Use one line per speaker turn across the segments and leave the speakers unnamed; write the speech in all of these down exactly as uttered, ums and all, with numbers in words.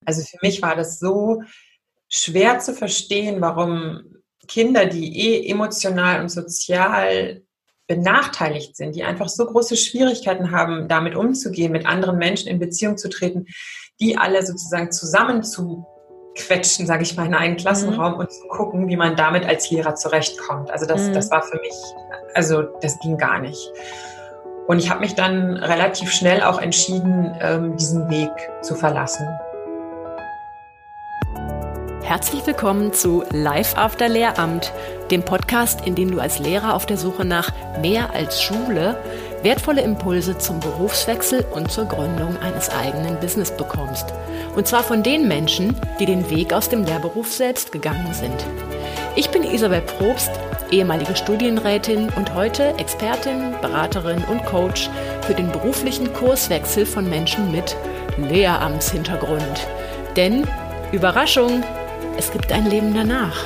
Also für mich war das so schwer zu verstehen, warum Kinder, die eh emotional und sozial benachteiligt sind, die einfach so große Schwierigkeiten haben, damit umzugehen, mit anderen Menschen in Beziehung zu treten, die alle sozusagen zusammen zu quetschen, sage ich mal, in einen Klassenraum mhm. und zu gucken, wie man damit als Lehrer zurechtkommt. Also das, mhm. das war für mich, also das ging gar nicht. Und ich habe mich dann relativ schnell auch entschieden, ähm, diesen Weg zu verlassen.
Herzlich willkommen zu Life After Lehramt, dem Podcast, in dem du als Lehrer auf der Suche nach mehr als Schule wertvolle Impulse zum Berufswechsel und zur Gründung eines eigenen Business bekommst. Und zwar von den Menschen, die den Weg aus dem Lehrberuf selbst gegangen sind. Ich bin Isabel Probst, ehemalige Studienrätin und heute Expertin, Beraterin und Coach für den beruflichen Kurswechsel von Menschen mit Lehramtshintergrund. Denn, Überraschung, es gibt ein Leben danach.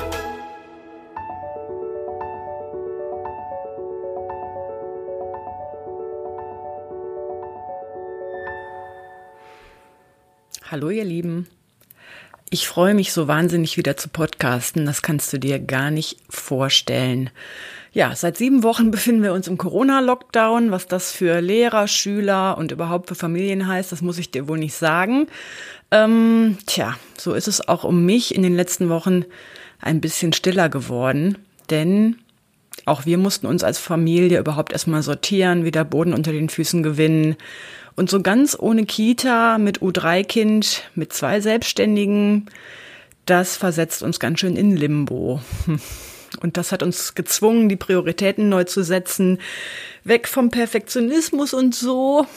Hallo ihr Lieben. Ich freue mich so wahnsinnig wieder zu podcasten, das kannst du dir gar nicht vorstellen. Ja, seit sieben Wochen befinden wir uns im Corona-Lockdown. Was das für Lehrer, Schüler und überhaupt für Familien heißt, das muss ich dir wohl nicht sagen. Ähm, tja, so ist es auch um mich in den letzten Wochen ein bisschen stiller geworden, denn auch wir mussten uns als Familie überhaupt erstmal sortieren, wieder Boden unter den Füßen gewinnen. Und so ganz ohne Kita, mit U drei Kind, mit zwei Selbstständigen, das versetzt uns ganz schön in Limbo. Und das hat uns gezwungen, die Prioritäten neu zu setzen, weg vom Perfektionismus und so.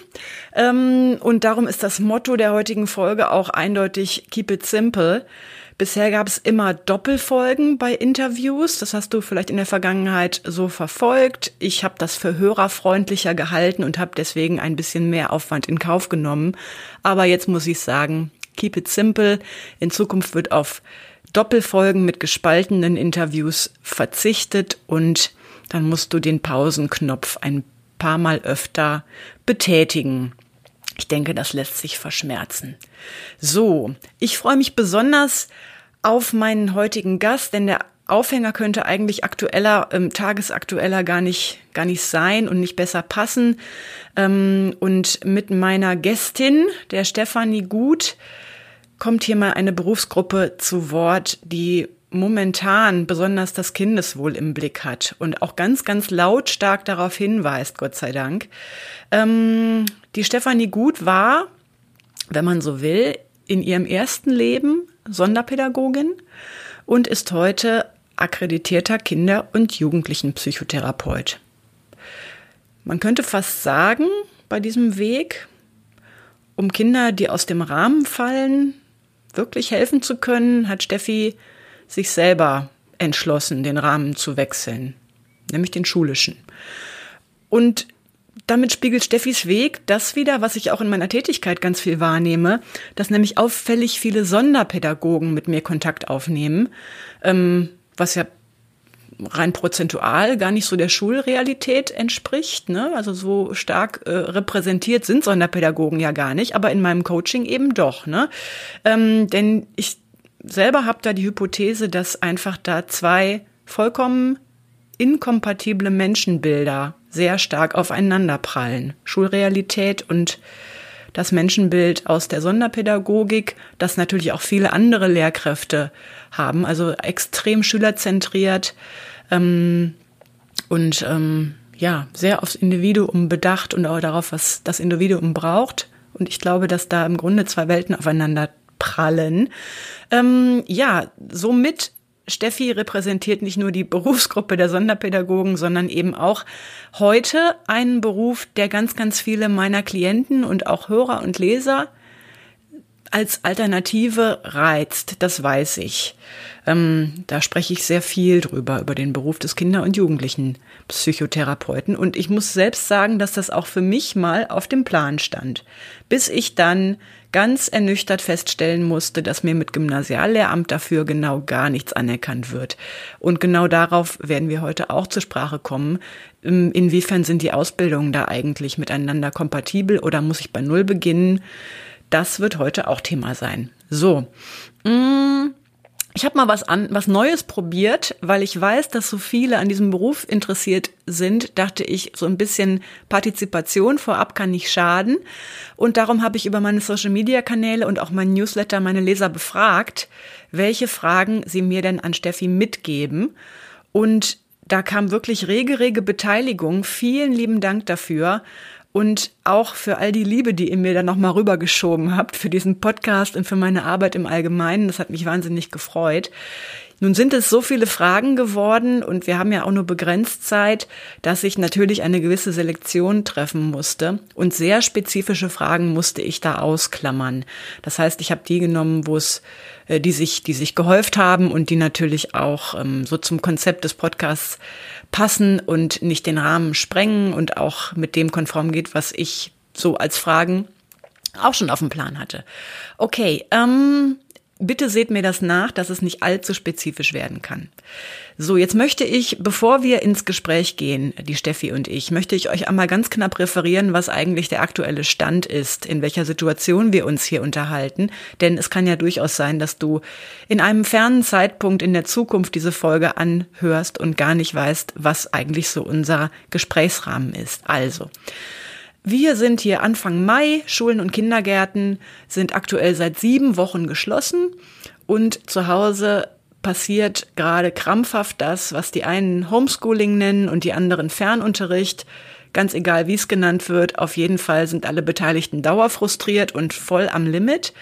Und darum ist das Motto der heutigen Folge auch eindeutig Keep it simple. Bisher gab es immer Doppelfolgen bei Interviews. Das hast du vielleicht in der Vergangenheit so verfolgt. Ich habe das für hörerfreundlicher gehalten und habe deswegen ein bisschen mehr Aufwand in Kauf genommen. Aber jetzt muss ich sagen, keep it simple. In Zukunft wird auf Doppelfolgen mit gespaltenen Interviews verzichtet und dann musst du den Pausenknopf ein paar Mal öfter betätigen. Ich denke, das lässt sich verschmerzen. So, ich freue mich besonders auf meinen heutigen Gast, denn der Aufhänger könnte eigentlich aktueller, ähm, tagesaktueller gar nicht, gar nicht sein und nicht besser passen. Ähm, und mit meiner Gästin, der Stefanie Gut, kommt hier mal eine Berufsgruppe zu Wort, die momentan besonders das Kindeswohl im Blick hat und auch ganz, ganz lautstark darauf hinweist, Gott sei Dank. Ähm, die Stefanie Gut war, wenn man so will, in ihrem ersten Leben Sonderpädagogin und ist heute akkreditierter Kinder- und Jugendlichenpsychotherapeut. Man könnte fast sagen, bei diesem Weg, um Kinder, die aus dem Rahmen fallen, wirklich helfen zu können, hat Steffi sich selber entschlossen, den Rahmen zu wechseln, nämlich den schulischen. Und damit spiegelt Steffis Weg das wider, was ich auch in meiner Tätigkeit ganz viel wahrnehme, dass nämlich auffällig viele Sonderpädagogen mit mir Kontakt aufnehmen, ähm, was ja rein prozentual gar nicht so der Schulrealität entspricht, ne? Also so stark äh, repräsentiert sind Sonderpädagogen ja gar nicht, aber in meinem Coaching eben doch, ne? Ähm, denn ich selber habe da die Hypothese, dass einfach da zwei vollkommen inkompatible Menschenbilder sehr stark aufeinander prallen. Schulrealität und das Menschenbild aus der Sonderpädagogik, das natürlich auch viele andere Lehrkräfte haben, also extrem schülerzentriert ähm, und ähm, ja, sehr aufs Individuum bedacht und auch darauf, was das Individuum braucht. Und ich glaube, dass da im Grunde zwei Welten aufeinander prallen. Ähm, ja, somit Steffi repräsentiert nicht nur die Berufsgruppe der Sonderpädagogen, sondern eben auch heute einen Beruf, der ganz, ganz viele meiner Klienten und auch Hörer und Leser als Alternative reizt. Das weiß ich. Ähm, da spreche ich sehr viel drüber, über den Beruf des Kinder- und Jugendlichenpsychotherapeuten. Und ich muss selbst sagen, dass das auch für mich mal auf dem Plan stand, bis ich dann ganz ernüchtert feststellen musste, dass mir mit Gymnasiallehramt dafür genau gar nichts anerkannt wird. Und genau darauf werden wir heute auch zur Sprache kommen. Inwiefern sind die Ausbildungen da eigentlich miteinander kompatibel oder muss ich bei Null beginnen? Das wird heute auch Thema sein. So, mh, ich habe mal was an, was Neues probiert, weil ich weiß, dass so viele an diesem Beruf interessiert sind, dachte ich, so ein bisschen Partizipation vorab kann nicht schaden. Und darum habe ich über meine Social-Media-Kanäle und auch mein Newsletter meine Leser befragt, welche Fragen sie mir denn an Steffi mitgeben. Und da kam wirklich rege, rege Beteiligung. Vielen lieben Dank dafür. Und auch für all die Liebe, die ihr mir dann nochmal rübergeschoben habt, für diesen Podcast und für meine Arbeit im Allgemeinen. Das hat mich wahnsinnig gefreut. Nun sind es so viele Fragen geworden und wir haben ja auch nur begrenzt Zeit, dass ich natürlich eine gewisse Selektion treffen musste. Und sehr spezifische Fragen musste ich da ausklammern. Das heißt, ich habe die genommen, wo es, die sich, die sich gehäuft haben und die natürlich auch ähm, so zum Konzept des Podcasts passen und nicht den Rahmen sprengen und auch mit dem konform geht, was ich so als Fragen auch schon auf dem Plan hatte. Okay, ähm, bitte seht mir das nach, dass es nicht allzu spezifisch werden kann. So, jetzt möchte ich, bevor wir ins Gespräch gehen, die Steffi und ich, möchte ich euch einmal ganz knapp referieren, was eigentlich der aktuelle Stand ist, in welcher Situation wir uns hier unterhalten. Denn es kann ja durchaus sein, dass du in einem fernen Zeitpunkt in der Zukunft diese Folge anhörst und gar nicht weißt, was eigentlich so unser Gesprächsrahmen ist. Also, wir sind hier Anfang Mai, Schulen und Kindergärten sind aktuell seit sieben Wochen geschlossen und zu Hause passiert gerade krampfhaft das, was die einen Homeschooling nennen und die anderen Fernunterricht. Ganz egal, wie es genannt wird, auf jeden Fall sind alle Beteiligten dauerfrustriert und voll am Limit.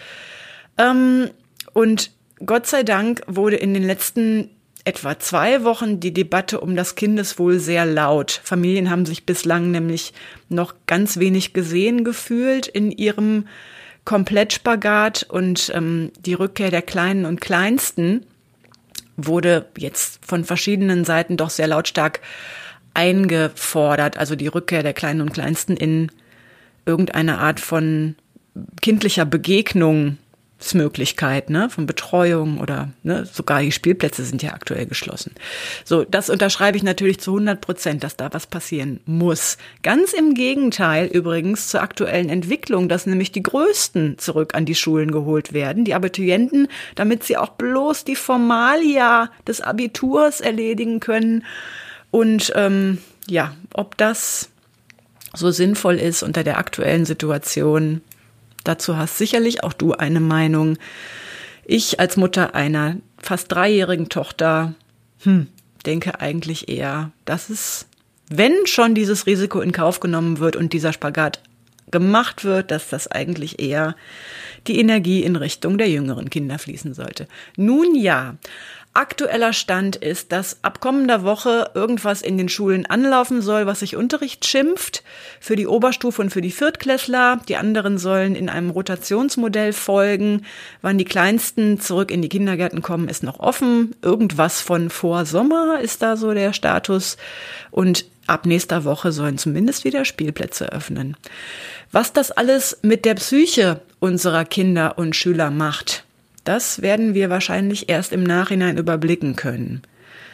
Und Gott sei Dank wurde in den letzten etwa zwei Wochen die Debatte um das Kindeswohl sehr laut. Familien haben sich bislang nämlich noch ganz wenig gesehen gefühlt in ihrem Komplettspagat und ähm, die Rückkehr der Kleinen und Kleinsten wurde jetzt von verschiedenen Seiten doch sehr lautstark eingefordert. Also die Rückkehr der Kleinen und Kleinsten in irgendeine Art von kindlicher Begegnung. Möglichkeit, ne, von Betreuung oder ne, sogar die Spielplätze sind ja aktuell geschlossen. So, das unterschreibe ich natürlich zu hundert Prozent, dass da was passieren muss. Ganz im Gegenteil übrigens zur aktuellen Entwicklung, dass nämlich die Größten zurück an die Schulen geholt werden, die Abiturienten, damit sie auch bloß die Formalia des Abiturs erledigen können. Und ähm, ja, ob das so sinnvoll ist unter der aktuellen Situation, dazu hast sicherlich auch du eine Meinung. Ich als Mutter einer fast dreijährigen Tochter hm, denke eigentlich eher, dass es, wenn schon dieses Risiko in Kauf genommen wird und dieser Spagat gemacht wird, dass das eigentlich eher die Energie in Richtung der jüngeren Kinder fließen sollte. Nun ja, aktueller Stand ist, dass ab kommender Woche irgendwas in den Schulen anlaufen soll, was sich Unterricht schimpft, für die Oberstufe und für die Viertklässler. Die anderen sollen in einem Rotationsmodell folgen. Wann die Kleinsten zurück in die Kindergärten kommen, ist noch offen. Irgendwas von vor Sommer ist da so der Status. Und ab nächster Woche sollen zumindest wieder Spielplätze öffnen. Was das alles mit der Psyche unserer Kinder und Schüler macht, das werden wir wahrscheinlich erst im Nachhinein überblicken können.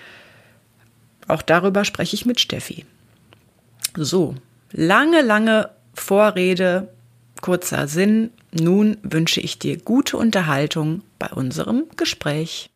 Auch darüber spreche ich mit Steffi. So, lange, lange Vorrede, kurzer Sinn. Nun wünsche ich dir gute Unterhaltung bei unserem Gespräch.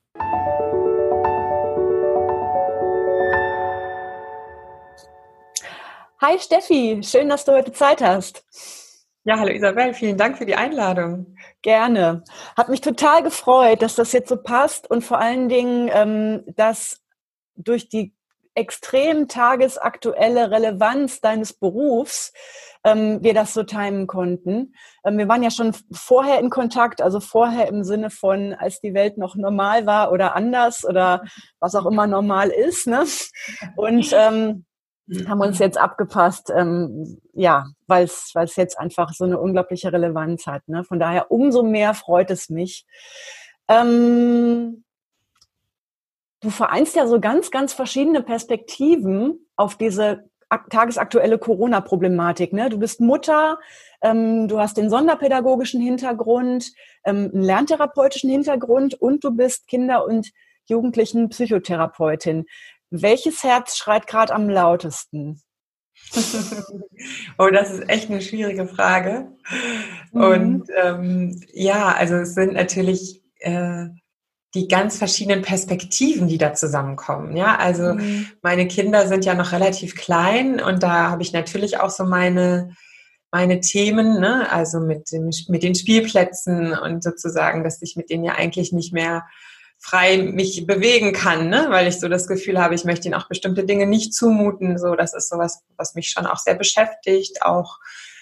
Hi Steffi, schön, dass du heute Zeit hast.
Ja, hallo Isabel, vielen Dank für die Einladung.
Gerne. Hat mich total gefreut, dass das jetzt so passt und vor allen Dingen, ähm, dass durch die extrem tagesaktuelle Relevanz deines Berufs ähm, wir das so timen konnten. Ähm, wir waren ja schon vorher in Kontakt, also vorher im Sinne von, als die Welt noch normal war oder anders oder was auch immer normal ist, ne? Und ähm, haben uns jetzt abgepasst, ähm, ja, weil es weil es jetzt einfach so eine unglaubliche Relevanz hat. Ne? Von daher umso mehr freut es mich. Ähm, du vereinst ja so ganz, ganz verschiedene Perspektiven auf diese ak- tagesaktuelle Corona-Problematik. Ne? Du bist Mutter, ähm, du hast den sonderpädagogischen Hintergrund, ähm, einen lerntherapeutischen Hintergrund und du bist Kinder- und Jugendlichen-Psychotherapeutin. Welches Herz schreit gerade am lautesten?
Oh, das ist echt eine schwierige Frage.
Mhm.
Und ähm, ja, also es sind natürlich äh, die ganz verschiedenen Perspektiven, die da zusammenkommen. Ja, also
Mhm.
meine Kinder sind ja noch relativ klein und da habe ich natürlich auch so meine meine Themen, ne? Also mit dem, mit den Spielplätzen und sozusagen, dass ich mit denen ja eigentlich nicht mehr frei mich bewegen kann, ne? Weil ich so das Gefühl habe, ich möchte ihnen auch bestimmte Dinge nicht zumuten. So, das ist sowas, was mich schon auch sehr beschäftigt, auch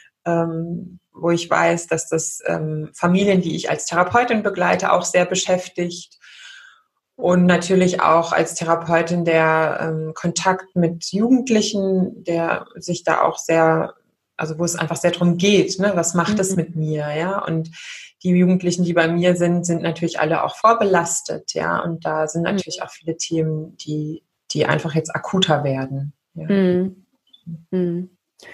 ähm, wo ich weiß, dass das ähm, Familien, die ich als Therapeutin begleite, auch sehr beschäftigt. Und natürlich auch als Therapeutin der ähm, Kontakt mit Jugendlichen, der sich da auch sehr, also wo es einfach sehr darum geht, ne, was macht es
Mhm.
mit mir, ja? Und die Jugendlichen, die bei mir sind, sind natürlich alle auch vorbelastet, ja. Und da sind natürlich auch viele Themen, die, die einfach jetzt akuter werden. Ja.
Mhm. Mhm.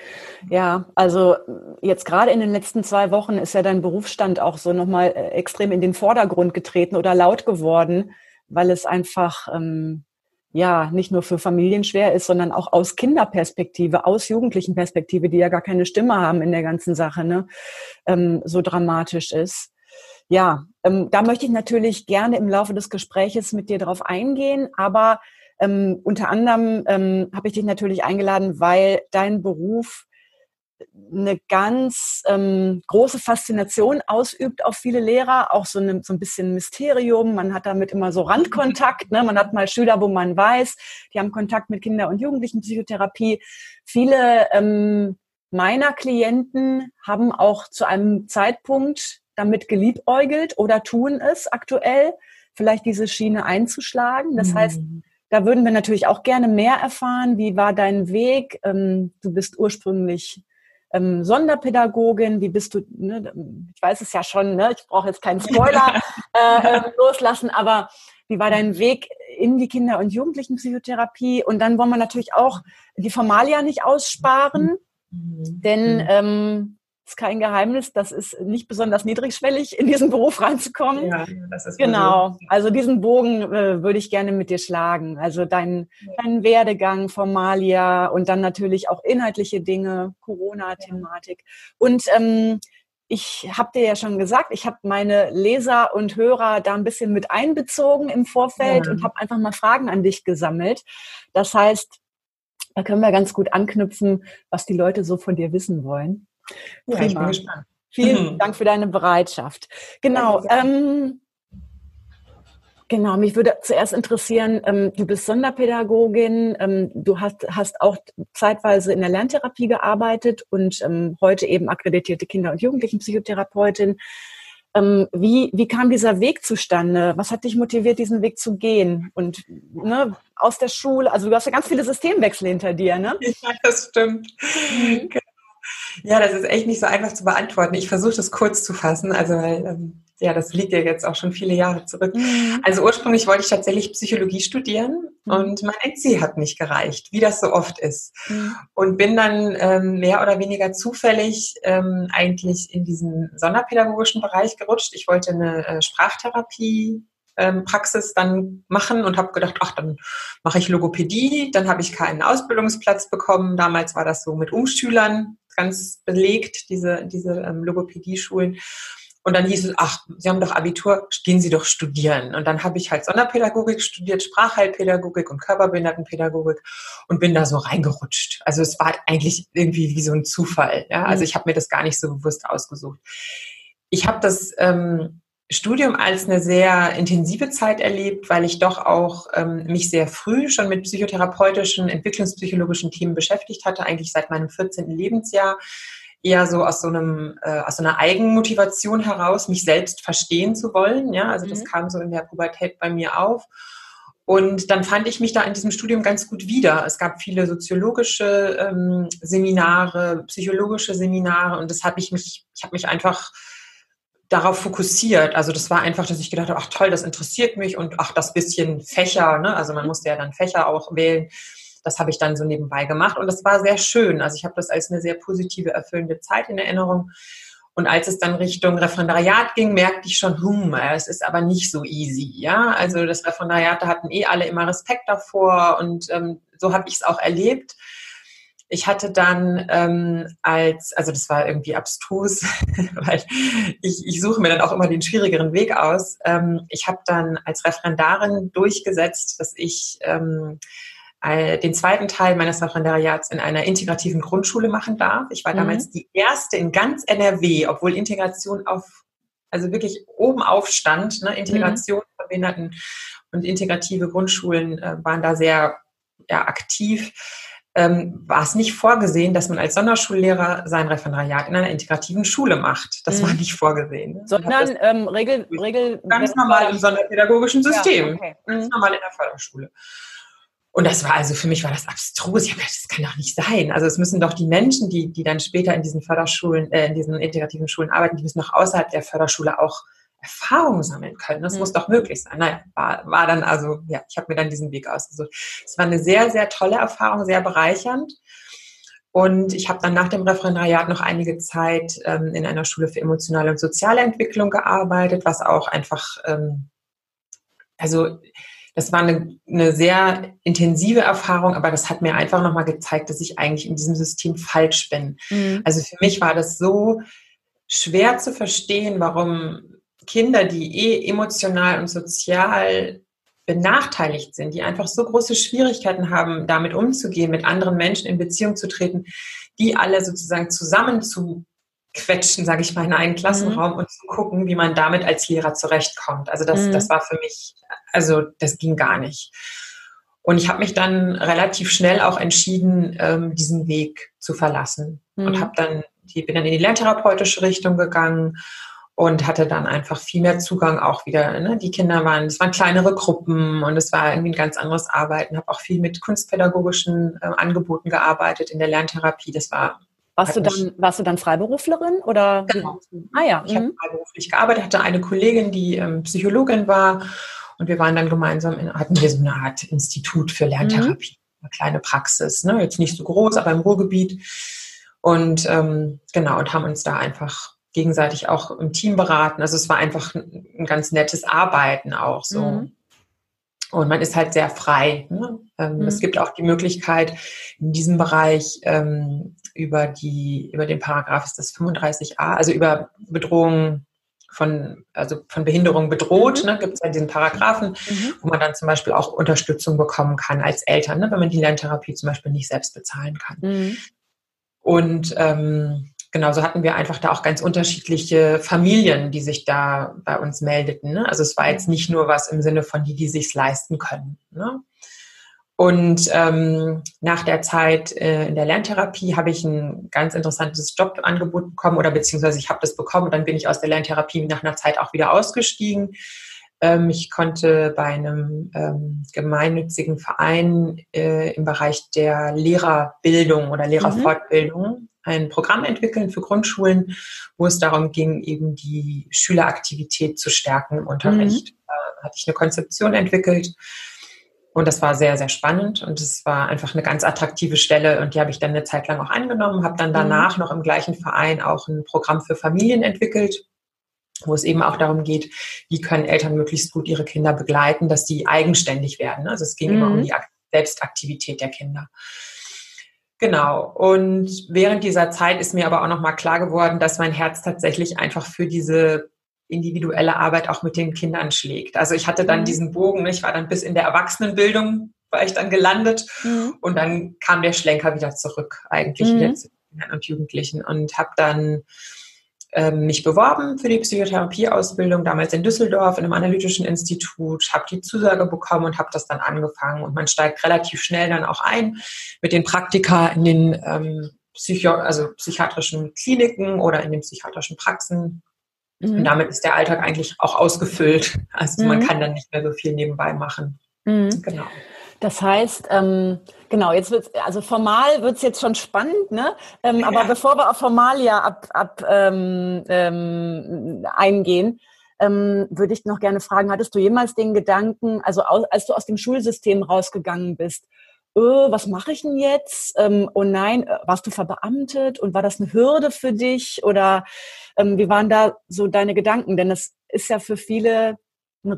Ja, also jetzt gerade in den letzten zwei Wochen ist ja dein Berufsstand auch so nochmal äh, extrem in den Vordergrund getreten oder laut geworden, weil es einfach ähm, ja nicht nur für Familien schwer ist, sondern auch aus Kinderperspektive, aus Jugendlichenperspektive, die ja gar keine Stimme haben in der ganzen Sache, ne, ähm, so dramatisch ist. Ja, ähm, da möchte ich natürlich gerne im Laufe des Gespräches mit dir drauf eingehen, aber ähm, unter anderem ähm, habe ich dich natürlich eingeladen, weil dein Beruf eine ganz ähm, große Faszination ausübt auf viele Lehrer, auch so, eine, so ein bisschen Mysterium. Man hat damit immer so Randkontakt. Ne? Man hat mal Schüler, wo man weiß, die haben Kontakt mit Kinder- und Jugendlichenpsychotherapie. Viele ähm, meiner Klienten haben auch zu einem Zeitpunkt damit geliebäugelt oder tun es aktuell, vielleicht diese Schiene einzuschlagen. Das heißt,
Mhm.
da würden wir natürlich auch gerne mehr erfahren. Wie war dein Weg? Ähm, du bist ursprünglich ähm, Sonderpädagogin, wie bist du, ne, ich weiß es ja schon, ne, ich brauche jetzt keinen Spoiler äh, äh, loslassen, aber wie war dein Weg in die Kinder- und Jugendlichenpsychotherapie? Und dann wollen wir natürlich auch die Formalia nicht aussparen, denn
Mhm.
ähm, ist kein Geheimnis, das ist nicht besonders niedrigschwellig, in diesen Beruf reinzukommen.
Ja, das ist wohl so.
Genau, also diesen Bogen äh, würde ich gerne mit dir schlagen. Also dein, dein Werdegang, Formalia und dann natürlich auch inhaltliche Dinge, Corona-Thematik. Und ähm, ich habe dir ja schon gesagt, ich habe meine Leser und Hörer da ein bisschen mit einbezogen im Vorfeld
Ja.
und habe einfach mal Fragen an dich gesammelt. Das heißt, da können wir ganz gut anknüpfen, was die Leute so von dir wissen wollen.
Ja, ich bin
Prima.
gespannt.
Vielen Dank für deine Bereitschaft. Genau. Ähm, Genau, mich würde zuerst interessieren, ähm, du bist Sonderpädagogin, ähm, du hast, hast auch zeitweise in der Lerntherapie gearbeitet und ähm, heute eben akkreditierte Kinder- und Jugendlichenpsychotherapeutin. Ähm, wie, wie kam dieser Weg zustande? Was hat dich motiviert, diesen Weg zu gehen? Und ne, aus der Schule, also du hast ja ganz viele Systemwechsel hinter dir, ne?
Ja, das stimmt.
Mhm.
Ja, das ist echt nicht so einfach zu beantworten. Ich versuche das kurz zu fassen, also weil, ähm, ja, das liegt ja jetzt auch schon viele Jahre zurück.
Mhm.
Also ursprünglich wollte ich tatsächlich Psychologie studieren
Mhm.
und mein N C hat nicht gereicht, wie das so oft ist.
Mhm.
Und bin dann ähm, mehr oder weniger zufällig ähm, eigentlich in diesen sonderpädagogischen Bereich gerutscht. Ich wollte eine äh, Sprachtherapie ähm, Praxis dann machen und habe gedacht, ach, dann mache ich Logopädie. Dann habe ich keinen Ausbildungsplatz bekommen. Damals war das so mit Umschülern ganz belegt, diese, diese ähm, Logopädie-Schulen. Und dann hieß es, ach, Sie haben doch Abitur, gehen Sie doch studieren. Und dann habe ich halt Sonderpädagogik studiert, Sprachheilpädagogik und Körperbehindertenpädagogik und bin da so reingerutscht. Also es war eigentlich irgendwie wie so ein Zufall. Ja? Also ich habe mir das gar nicht so bewusst ausgesucht. Ich habe das ähm, Studium als eine sehr intensive Zeit erlebt, weil ich doch auch ähm, mich sehr früh schon mit psychotherapeutischen, entwicklungspsychologischen Themen beschäftigt hatte, eigentlich seit meinem vierzehnten Lebensjahr, eher so aus so einem äh, aus so einer Eigenmotivation heraus, mich selbst verstehen zu wollen. Ja, also das
Mhm.
kam so in der Pubertät bei mir auf. Und dann fand ich mich da in diesem Studium ganz gut wieder. Es gab viele soziologische ähm, Seminare, psychologische Seminare und das habe ich mich, ich habe mich einfach darauf fokussiert. Also das war einfach, dass ich gedacht habe, ach toll, das interessiert mich und ach, das bisschen Fächer, ne? Also man musste ja dann Fächer auch wählen. Das habe ich dann so nebenbei gemacht und das war sehr schön. Also ich habe das als eine sehr positive, erfüllende Zeit in Erinnerung. Und als es dann Richtung Referendariat ging, merkte ich schon, hm, es ist aber nicht so easy, ja. Also das Referendariat, da hatten eh alle immer Respekt davor und ähm, so habe ich es auch erlebt. ich hatte dann ähm, als, also das war irgendwie abstrus, weil ich, ich suche mir dann auch immer den schwierigeren Weg aus. Ähm, ich habe dann als Referendarin durchgesetzt, dass ich ähm, den zweiten Teil meines Referendariats in einer integrativen Grundschule machen darf. Ich war
Mhm.
damals die erste in ganz N R W, obwohl Integration auf, also wirklich oben aufstand, ne? Integration
Mhm.
von Behinderten und integrative Grundschulen äh, waren da sehr ja, aktiv. Ähm, war es nicht vorgesehen, dass man als Sonderschullehrer sein Referendariat in einer integrativen Schule macht. Das
Mhm.
war nicht vorgesehen. Ne?
Sondern ähm, Regel, Regel
ganz normal im sonderpädagogischen System,
ja, okay.
ganz
Mhm.
normal in der Förderschule. Und das war also, für mich war das abstrus. Ich habe gedacht, das kann doch nicht sein. Also es müssen doch die Menschen, die, die dann später in diesen Förderschulen, äh, in diesen integrativen Schulen arbeiten, die müssen doch außerhalb der Förderschule auch Erfahrung sammeln können. Das mhm. muss doch möglich sein. Naja, war, war dann also, ja, ich habe mir dann diesen Weg ausgesucht. Es war eine sehr, sehr tolle Erfahrung, sehr bereichernd. Und ich habe dann nach dem Referendariat noch einige Zeit ähm, in einer Schule für emotionale und soziale Entwicklung gearbeitet, was auch einfach, ähm, also das war eine, eine sehr intensive Erfahrung, aber das hat mir einfach nochmal gezeigt, dass ich eigentlich in diesem System falsch bin. Mhm. Also für mich war das so schwer zu verstehen, warum Kinder, die eh emotional und sozial benachteiligt sind, die einfach so große Schwierigkeiten haben, damit umzugehen, mit anderen Menschen in Beziehung zu treten, die alle sozusagen zusammen zu quetschen, sage ich mal, in einen Klassenraum mhm. und zu gucken, wie man damit als Lehrer zurechtkommt. Also das, mhm. das war für mich, also das ging gar nicht. Und ich habe mich dann relativ schnell auch entschieden, ähm, diesen Weg zu verlassen mhm. und habe dann, die, bin dann in die lerntherapeutische Richtung gegangen und hatte dann einfach viel mehr Zugang auch wieder. Ne? Die Kinder waren, es waren kleinere Gruppen und es war irgendwie ein ganz anderes Arbeiten. Habe auch viel mit kunstpädagogischen äh, Angeboten gearbeitet in der Lerntherapie. Das war
Warst du dann, warst du dann Freiberuflerin oder?
Genau.
Ah ja.
Ich mhm. habe freiberuflich gearbeitet, hatte eine Kollegin, die ähm, Psychologin war und wir waren dann gemeinsam, in, hatten wir so eine Art Institut für Lerntherapie, mhm. eine kleine Praxis, ne? Jetzt nicht so groß, aber im Ruhrgebiet und ähm, genau und haben uns da einfach gegenseitig auch im Team beraten. Also es war einfach ein, ein ganz nettes Arbeiten auch so. Mhm. Und man ist halt sehr frei. Ne? Ähm, mhm. Es gibt auch die Möglichkeit, in diesem Bereich ähm, über die, über den Paragraph ist das fünfunddreißig a, also über Bedrohung von, also von Behinderung bedroht, mhm. ne, gibt es ja diesen Paragraphen, mhm. wo man dann zum Beispiel auch Unterstützung bekommen kann als Eltern, ne, wenn man die Lerntherapie zum Beispiel nicht selbst bezahlen kann. Mhm. Und ähm, genau, so hatten wir einfach da auch ganz unterschiedliche Familien, die sich da bei uns meldeten. Ne? Also es war jetzt nicht nur was im Sinne von die, die sich's leisten können. Ne? Und ähm, nach der Zeit äh, in der Lerntherapie habe ich ein ganz interessantes Jobangebot bekommen oder beziehungsweise ich habe das bekommen und dann bin ich aus der Lerntherapie nach einer Zeit auch wieder ausgestiegen. Ähm, ich konnte bei einem ähm, gemeinnützigen Verein äh, im Bereich der Lehrerbildung oder Lehrerfortbildung mhm. ein Programm entwickeln für Grundschulen, wo es darum ging, eben die Schüleraktivität zu stärken im Unterricht. Mhm. Da hatte ich eine Konzeption entwickelt und das war sehr, sehr spannend und es war einfach eine ganz attraktive Stelle und die habe ich dann eine Zeit lang auch angenommen, habe dann danach mhm. noch im gleichen Verein auch ein Programm für Familien entwickelt, wo es eben auch darum geht, wie können Eltern möglichst gut ihre Kinder begleiten, dass die eigenständig werden. Also es ging mhm. immer um die Selbstaktivität der Kinder. Genau. Und während dieser Zeit ist mir aber auch nochmal klar geworden, dass mein Herz tatsächlich einfach für diese individuelle Arbeit auch mit den Kindern schlägt. Also ich hatte dann mhm. diesen Bogen, ich war dann bis in der Erwachsenenbildung, war ich dann gelandet mhm. und dann kam der Schlenker wieder zurück, eigentlich mhm. wieder zu Kindern und Jugendlichen und habe dann ähm, mich beworben für die Psychotherapieausbildung, damals in Düsseldorf in einem analytischen Institut, habe die Zusage bekommen und habe das dann angefangen und man steigt relativ schnell dann auch ein mit den Praktika in den ähm, Psycho- also psychiatrischen Kliniken oder in den psychiatrischen Praxen. Mhm. Und damit ist der Alltag eigentlich auch ausgefüllt. Also mhm. man kann dann nicht mehr so viel nebenbei machen.
Mhm.
Genau.
Das heißt, ähm, genau, jetzt wird's, also formal wird's jetzt schon spannend, ne? Ähm, ja. Aber bevor wir auf Formalia ab, ab ähm, ähm, eingehen, ähm, würde ich noch gerne fragen, hattest du jemals den Gedanken, also aus, als du aus dem Schulsystem rausgegangen bist, oh, was mache ich denn jetzt? Ähm, oh nein, warst du verbeamtet und war das eine Hürde für dich? Oder ähm, wie waren da so deine Gedanken? Denn es ist ja für viele ein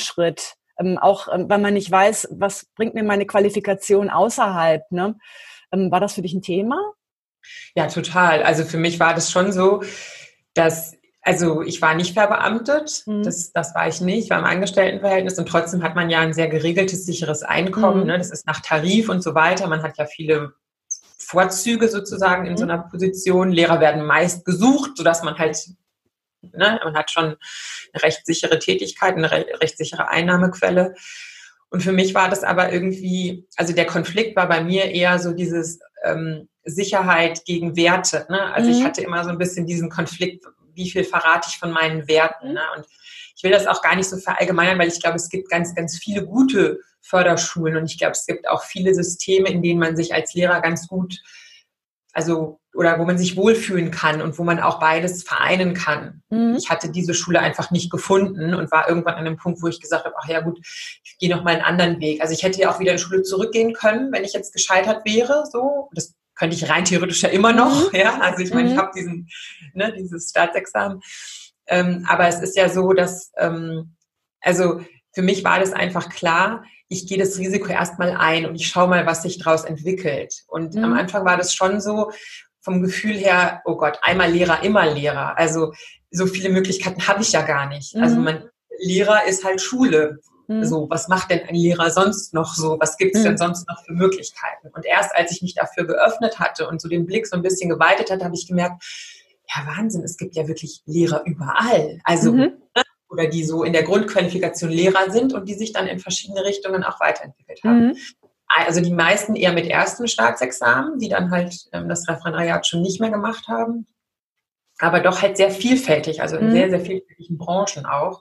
Riesenschritt, ähm, auch ähm, weil man nicht weiß, was bringt mir meine Qualifikation außerhalb. Ne? Ähm, war das für dich ein Thema?
Ja, total. Also für mich war das schon so, dass, also ich war nicht verbeamtet,
Mhm.
das, das war ich nicht, ich war im Angestelltenverhältnis und trotzdem hat man ja ein sehr geregeltes, sicheres Einkommen,
Mhm.
ne? Das ist nach Tarif und so weiter. Man hat ja viele Vorzüge sozusagen in
Mhm.
so einer Position. Lehrer werden meist gesucht, sodass man halt, ne, man hat schon eine recht sichere Tätigkeit, eine recht, recht sichere Einnahmequelle. Und für mich war das aber irgendwie, also der Konflikt war bei mir eher so dieses ähm, Sicherheit gegen Werte. Ne? Also
Mhm.
ich hatte immer so ein bisschen diesen Konflikt, wie viel verrate ich von meinen Werten. Ne? Und ich will das auch gar nicht so verallgemeinern, weil ich glaube, es gibt ganz, ganz viele gute Förderschulen und ich glaube, es gibt auch viele Systeme, in denen man sich als Lehrer ganz gut, also oder wo man sich wohlfühlen kann und wo man auch beides vereinen kann.
Mhm.
Ich hatte diese Schule einfach nicht gefunden und war irgendwann an einem Punkt, wo ich gesagt habe, ach ja gut, ich gehe noch mal einen anderen Weg. Also ich hätte ja auch wieder in Schule zurückgehen können, wenn ich jetzt gescheitert wäre. So, das könnte ich rein theoretisch ja immer noch.
Mhm.
Ja, also ich meine, ich
Mhm.
habe diesen, ne, dieses Staatsexamen. Ähm, aber es ist ja so, dass, ähm, also für mich war das einfach klar, ich gehe das Risiko erstmal ein und ich schaue mal, was sich daraus entwickelt. Und
Mhm.
am Anfang war das schon so, vom Gefühl her, oh Gott, einmal Lehrer, immer Lehrer. Also so viele Möglichkeiten habe ich ja gar nicht.
Mhm.
Also mein Lehrer ist halt Schule.
Mhm.
So, was macht denn ein Lehrer sonst noch so? Was gibt es
Mhm.
denn sonst noch für Möglichkeiten? Und erst als ich mich dafür geöffnet hatte und so den Blick so ein bisschen geweitet hatte, habe ich gemerkt, ja Wahnsinn, es gibt ja wirklich Lehrer überall. Also
Mhm.
oder die so in der Grundqualifikation Lehrer sind und die sich dann in verschiedene Richtungen auch weiterentwickelt haben.
Mhm.
Also die meisten eher mit erstem Staatsexamen, die dann halt ähm, das Referendariat schon nicht mehr gemacht haben, aber doch halt sehr vielfältig, also in
Mhm.
sehr, sehr vielfältigen Branchen auch.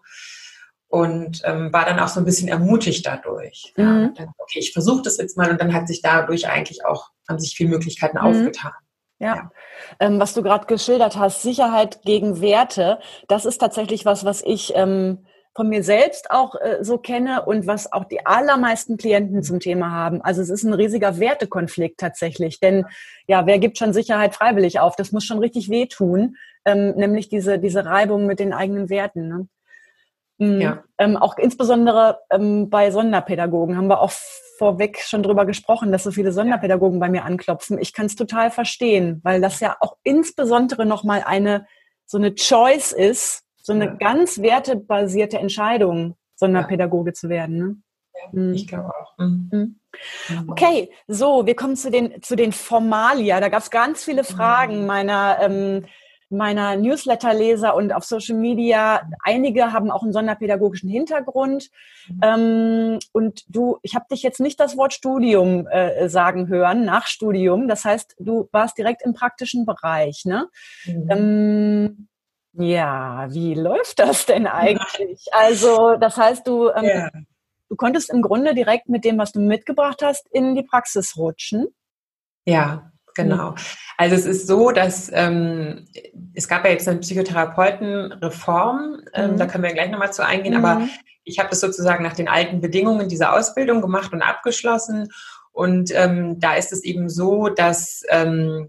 Und ähm, war dann auch so ein bisschen ermutigt dadurch. Ja,
Mhm.
und dann, okay, ich versuche das jetzt mal und dann hat sich dadurch eigentlich auch, haben sich viele Möglichkeiten
Mhm.
aufgetan.
Ja, ja. Ähm, was du gerade geschildert hast, Sicherheit gegen Werte, das ist tatsächlich was, was ich ähm, von mir selbst auch äh, so kenne und was auch die allermeisten Klienten zum Thema haben. Also es ist ein riesiger Wertekonflikt tatsächlich, denn ja, wer gibt schon Sicherheit freiwillig auf? Das muss schon richtig wehtun, ähm, nämlich diese diese Reibung mit den eigenen Werten. Ne? Mhm.
Ja.
Ähm, auch insbesondere ähm, bei Sonderpädagogen haben wir auch vorweg schon drüber gesprochen, dass so viele Sonderpädagogen bei mir anklopfen. Ich kann es total verstehen, weil das ja auch insbesondere nochmal eine, so eine Choice ist, so eine
Ja.
ganz wertebasierte Entscheidung, Sonderpädagoge ja. zu werden. Ne?
Ja, mhm. Ich glaube auch. Mhm.
Okay, so, wir kommen zu den, zu den Formalia. Da gab es ganz viele Fragen meiner, ähm, meiner Newsletter-Leser und auf Social Media. Einige haben auch einen sonderpädagogischen Hintergrund. Mhm. Ähm, und du, ich habe dich jetzt nicht das Wort Studium äh, sagen hören, nach Studium. Das heißt, du warst direkt im praktischen Bereich, ne? Mhm. Ähm, ja, wie läuft das denn eigentlich? Also, das heißt, du... Ähm, ja. Du konntest im Grunde direkt mit dem, was du mitgebracht hast, in die Praxis rutschen.
Ja, genau. Also es ist so, dass ähm, es gab ja jetzt eine Psychotherapeutenreform, ähm, mhm. da können wir gleich nochmal zu eingehen, mhm. aber ich habe das sozusagen nach den alten Bedingungen dieser Ausbildung gemacht und abgeschlossen. Und ähm, da ist es eben so, dass ähm,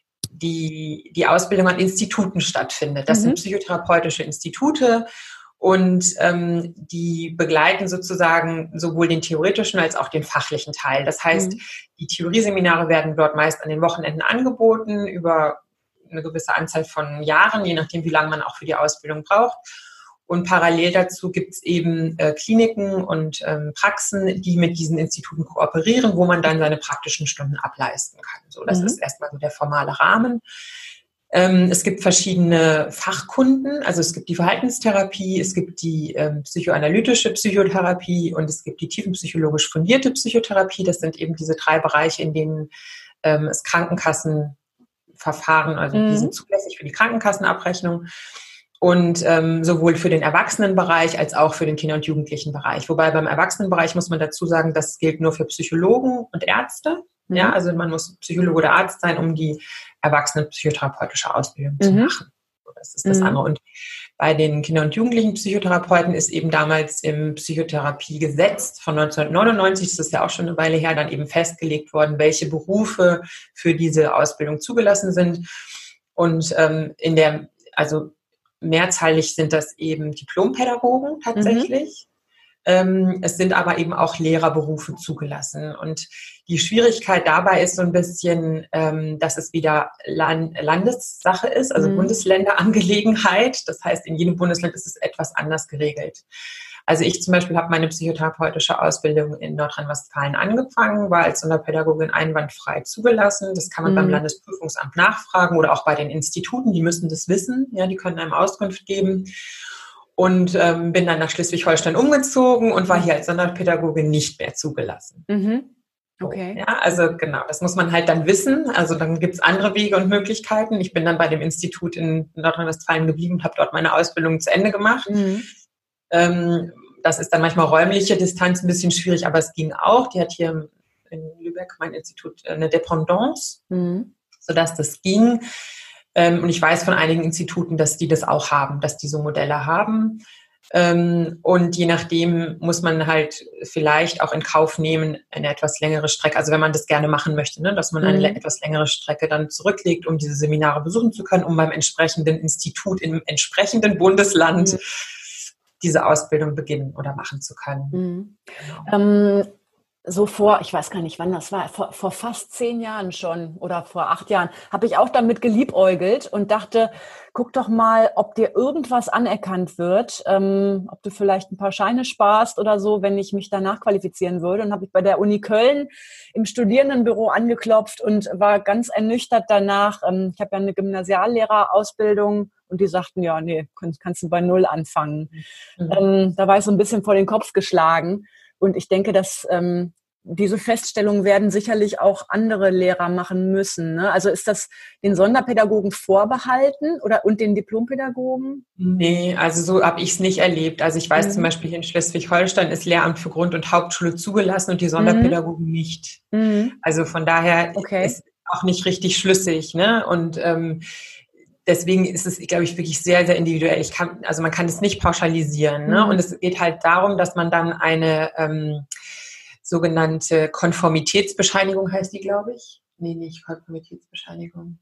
die, die Ausbildung an Instituten stattfindet. Das mhm. sind psychotherapeutische Institute. Und ähm, die begleiten sozusagen sowohl den theoretischen als auch den fachlichen Teil. Das heißt, mhm. die Theorieseminare werden dort meist an den Wochenenden angeboten, über eine gewisse Anzahl von Jahren, je nachdem, wie lange man auch für die Ausbildung braucht. Und parallel dazu gibt es eben äh, Kliniken und ähm, Praxen, die mit diesen Instituten kooperieren, wo man dann seine praktischen Stunden ableisten kann. So, das mhm. ist erstmal so der formale Rahmen. Es gibt verschiedene Fachkunden, also es gibt die Verhaltenstherapie, es gibt die ähm, psychoanalytische Psychotherapie und es gibt die tiefenpsychologisch fundierte Psychotherapie. Das sind eben diese drei Bereiche, in denen ähm, es Krankenkassenverfahren, also mhm. die sind zulässig für die Krankenkassenabrechnung und ähm, sowohl für den Erwachsenenbereich als auch für den Kinder- und Jugendlichenbereich. Wobei beim Erwachsenenbereich muss man dazu sagen, das gilt nur für Psychologen und Ärzte. Mhm. Ja, also man muss Psychologe oder Arzt sein, um die erwachsenenpsychotherapeutische Ausbildung mhm. zu machen. Das ist das mhm. andere. Und bei den Kinder- und Jugendlichen-Psychotherapeuten ist eben damals im Psychotherapiegesetz von neunzehnhundertneunundneunzig, das ist ja auch schon eine Weile her, dann eben festgelegt worden, welche Berufe für diese Ausbildung zugelassen sind. Und ähm, in der, also mehrzahllich sind das eben Diplompädagogen tatsächlich. Mhm. Ähm, es sind aber eben auch Lehrerberufe zugelassen. Und die Schwierigkeit dabei ist so ein bisschen, ähm, dass es wieder Land- Landessache ist, also
Mhm.
Bundesländerangelegenheit. Das heißt, in jedem Bundesland ist es etwas anders geregelt. Also ich zum Beispiel habe meine psychotherapeutische Ausbildung in Nordrhein-Westfalen angefangen, war als Sonderpädagogin einwandfrei zugelassen. Das kann man mhm. beim Landesprüfungsamt nachfragen oder auch bei den Instituten, die müssen das wissen, ja, die können einem Auskunft geben. Und ähm, bin dann nach Schleswig-Holstein umgezogen und war hier als Sonderpädagogin nicht mehr zugelassen.
Mhm. Okay.
So, ja, also genau, das muss man halt dann wissen. Also dann gibt es andere Wege und Möglichkeiten. Ich bin dann bei dem Institut in Nordrhein-Westfalen geblieben und habe dort meine Ausbildung zu Ende gemacht. Mhm. Ähm, das ist dann manchmal räumliche Distanz ein bisschen schwierig, aber es ging auch. Die hat hier in Lübeck, mein Institut, eine Dependance, mhm. sodass das ging. Ähm, und ich weiß von einigen Instituten, dass die das auch haben, dass die so Modelle haben. Ähm, und je nachdem muss man halt vielleicht auch in Kauf nehmen, eine etwas längere Strecke, also wenn man das gerne machen möchte, ne, dass man eine mhm. etwas längere Strecke dann zurücklegt, um diese Seminare besuchen zu können, um beim entsprechenden Institut im entsprechenden Bundesland mhm. diese Ausbildung beginnen oder machen zu können.
Mhm. Genau. Ähm, so vor, ich weiß gar nicht, wann das war, vor, vor fast zehn Jahren schon oder vor acht Jahren, habe ich auch damit geliebäugelt und dachte, guck doch mal, ob dir irgendwas anerkannt wird, ähm, ob du vielleicht ein paar Scheine sparst oder so, wenn ich mich danach qualifizieren würde. Und habe ich bei der Uni Köln im Studierendenbüro angeklopft und war ganz ernüchtert danach. Ähm, ich habe ja eine Gymnasiallehrerausbildung und die sagten, ja, nee, kannst, kannst du bei Null anfangen. Mhm. Ähm, da war ich so ein bisschen vor den Kopf geschlagen. Und ich denke, dass ähm, diese Feststellungen werden sicherlich auch andere Lehrer machen müssen. Ne? Also ist das den Sonderpädagogen vorbehalten oder und den Diplompädagogen?
Nee, also so habe ich es nicht erlebt. Also ich weiß mhm. zum Beispiel, hier in Schleswig-Holstein ist Lehramt für Grund- und Hauptschule zugelassen und die Sonderpädagogen mhm. nicht. Mhm. Also von daher okay. ist auch nicht richtig schlüssig. Ne? Und ähm, deswegen ist es, glaube ich, wirklich sehr, sehr individuell. Ich kann, also man kann es nicht pauschalisieren. Ne? Mhm. Und es geht halt darum, dass man dann eine ähm, sogenannte Konformitätsbescheinigung heißt die, glaube ich. Nee, nicht Konformitätsbescheinigung.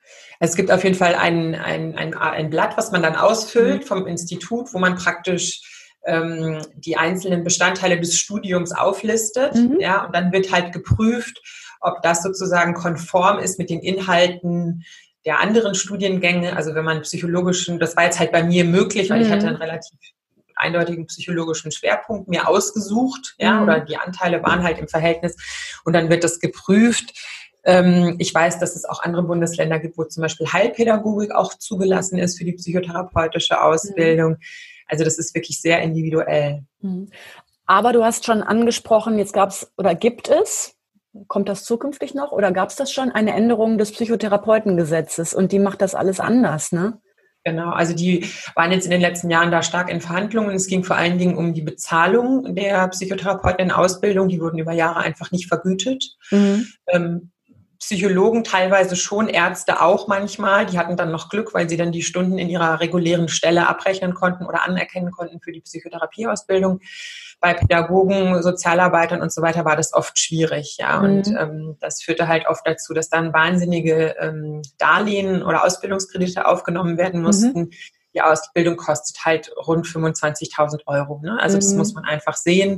Es gibt auf jeden Fall ein, ein, ein, ein Blatt, was man dann ausfüllt mhm. vom Institut, wo man praktisch ähm, die einzelnen Bestandteile des Studiums auflistet. Mhm. Ja, und dann wird halt geprüft, ob das sozusagen konform ist mit den Inhalten der anderen Studiengänge. Also wenn man psychologischen, das war jetzt halt bei mir möglich, weil mhm. ich hatte einen relativ eindeutigen psychologischen Schwerpunkt mir ausgesucht, ja, mhm. oder die Anteile waren halt im Verhältnis und dann wird das geprüft. Ähm, ich weiß, dass es auch andere Bundesländer gibt, wo zum Beispiel Heilpädagogik auch zugelassen ist für die psychotherapeutische Ausbildung. Mhm. Also das ist wirklich sehr individuell.
Mhm. Aber du hast schon angesprochen, jetzt gab es oder gibt es, kommt das zukünftig noch oder gab es das schon, eine Änderung des Psychotherapeutengesetzes und die macht das alles anders, ne?
Genau, also die waren jetzt in den letzten Jahren da stark in Verhandlungen. Es ging vor allen Dingen um die Bezahlung der Psychotherapeuten in Ausbildung. Die wurden über Jahre einfach nicht vergütet. Mhm. Ähm, Psychologen teilweise schon, Ärzte auch manchmal. Die hatten dann noch Glück, weil sie dann die Stunden in ihrer regulären Stelle abrechnen konnten oder anerkennen konnten für die Psychotherapieausbildung. Bei Pädagogen, Sozialarbeitern und so weiter war das oft schwierig, ja. Mhm. Und ähm, das führte halt oft dazu, dass dann wahnsinnige ähm, Darlehen oder Ausbildungskredite aufgenommen werden mussten. Mhm. Die Ausbildung kostet halt rund fünfundzwanzigtausend Euro. Ne? Also mhm. das muss man einfach sehen.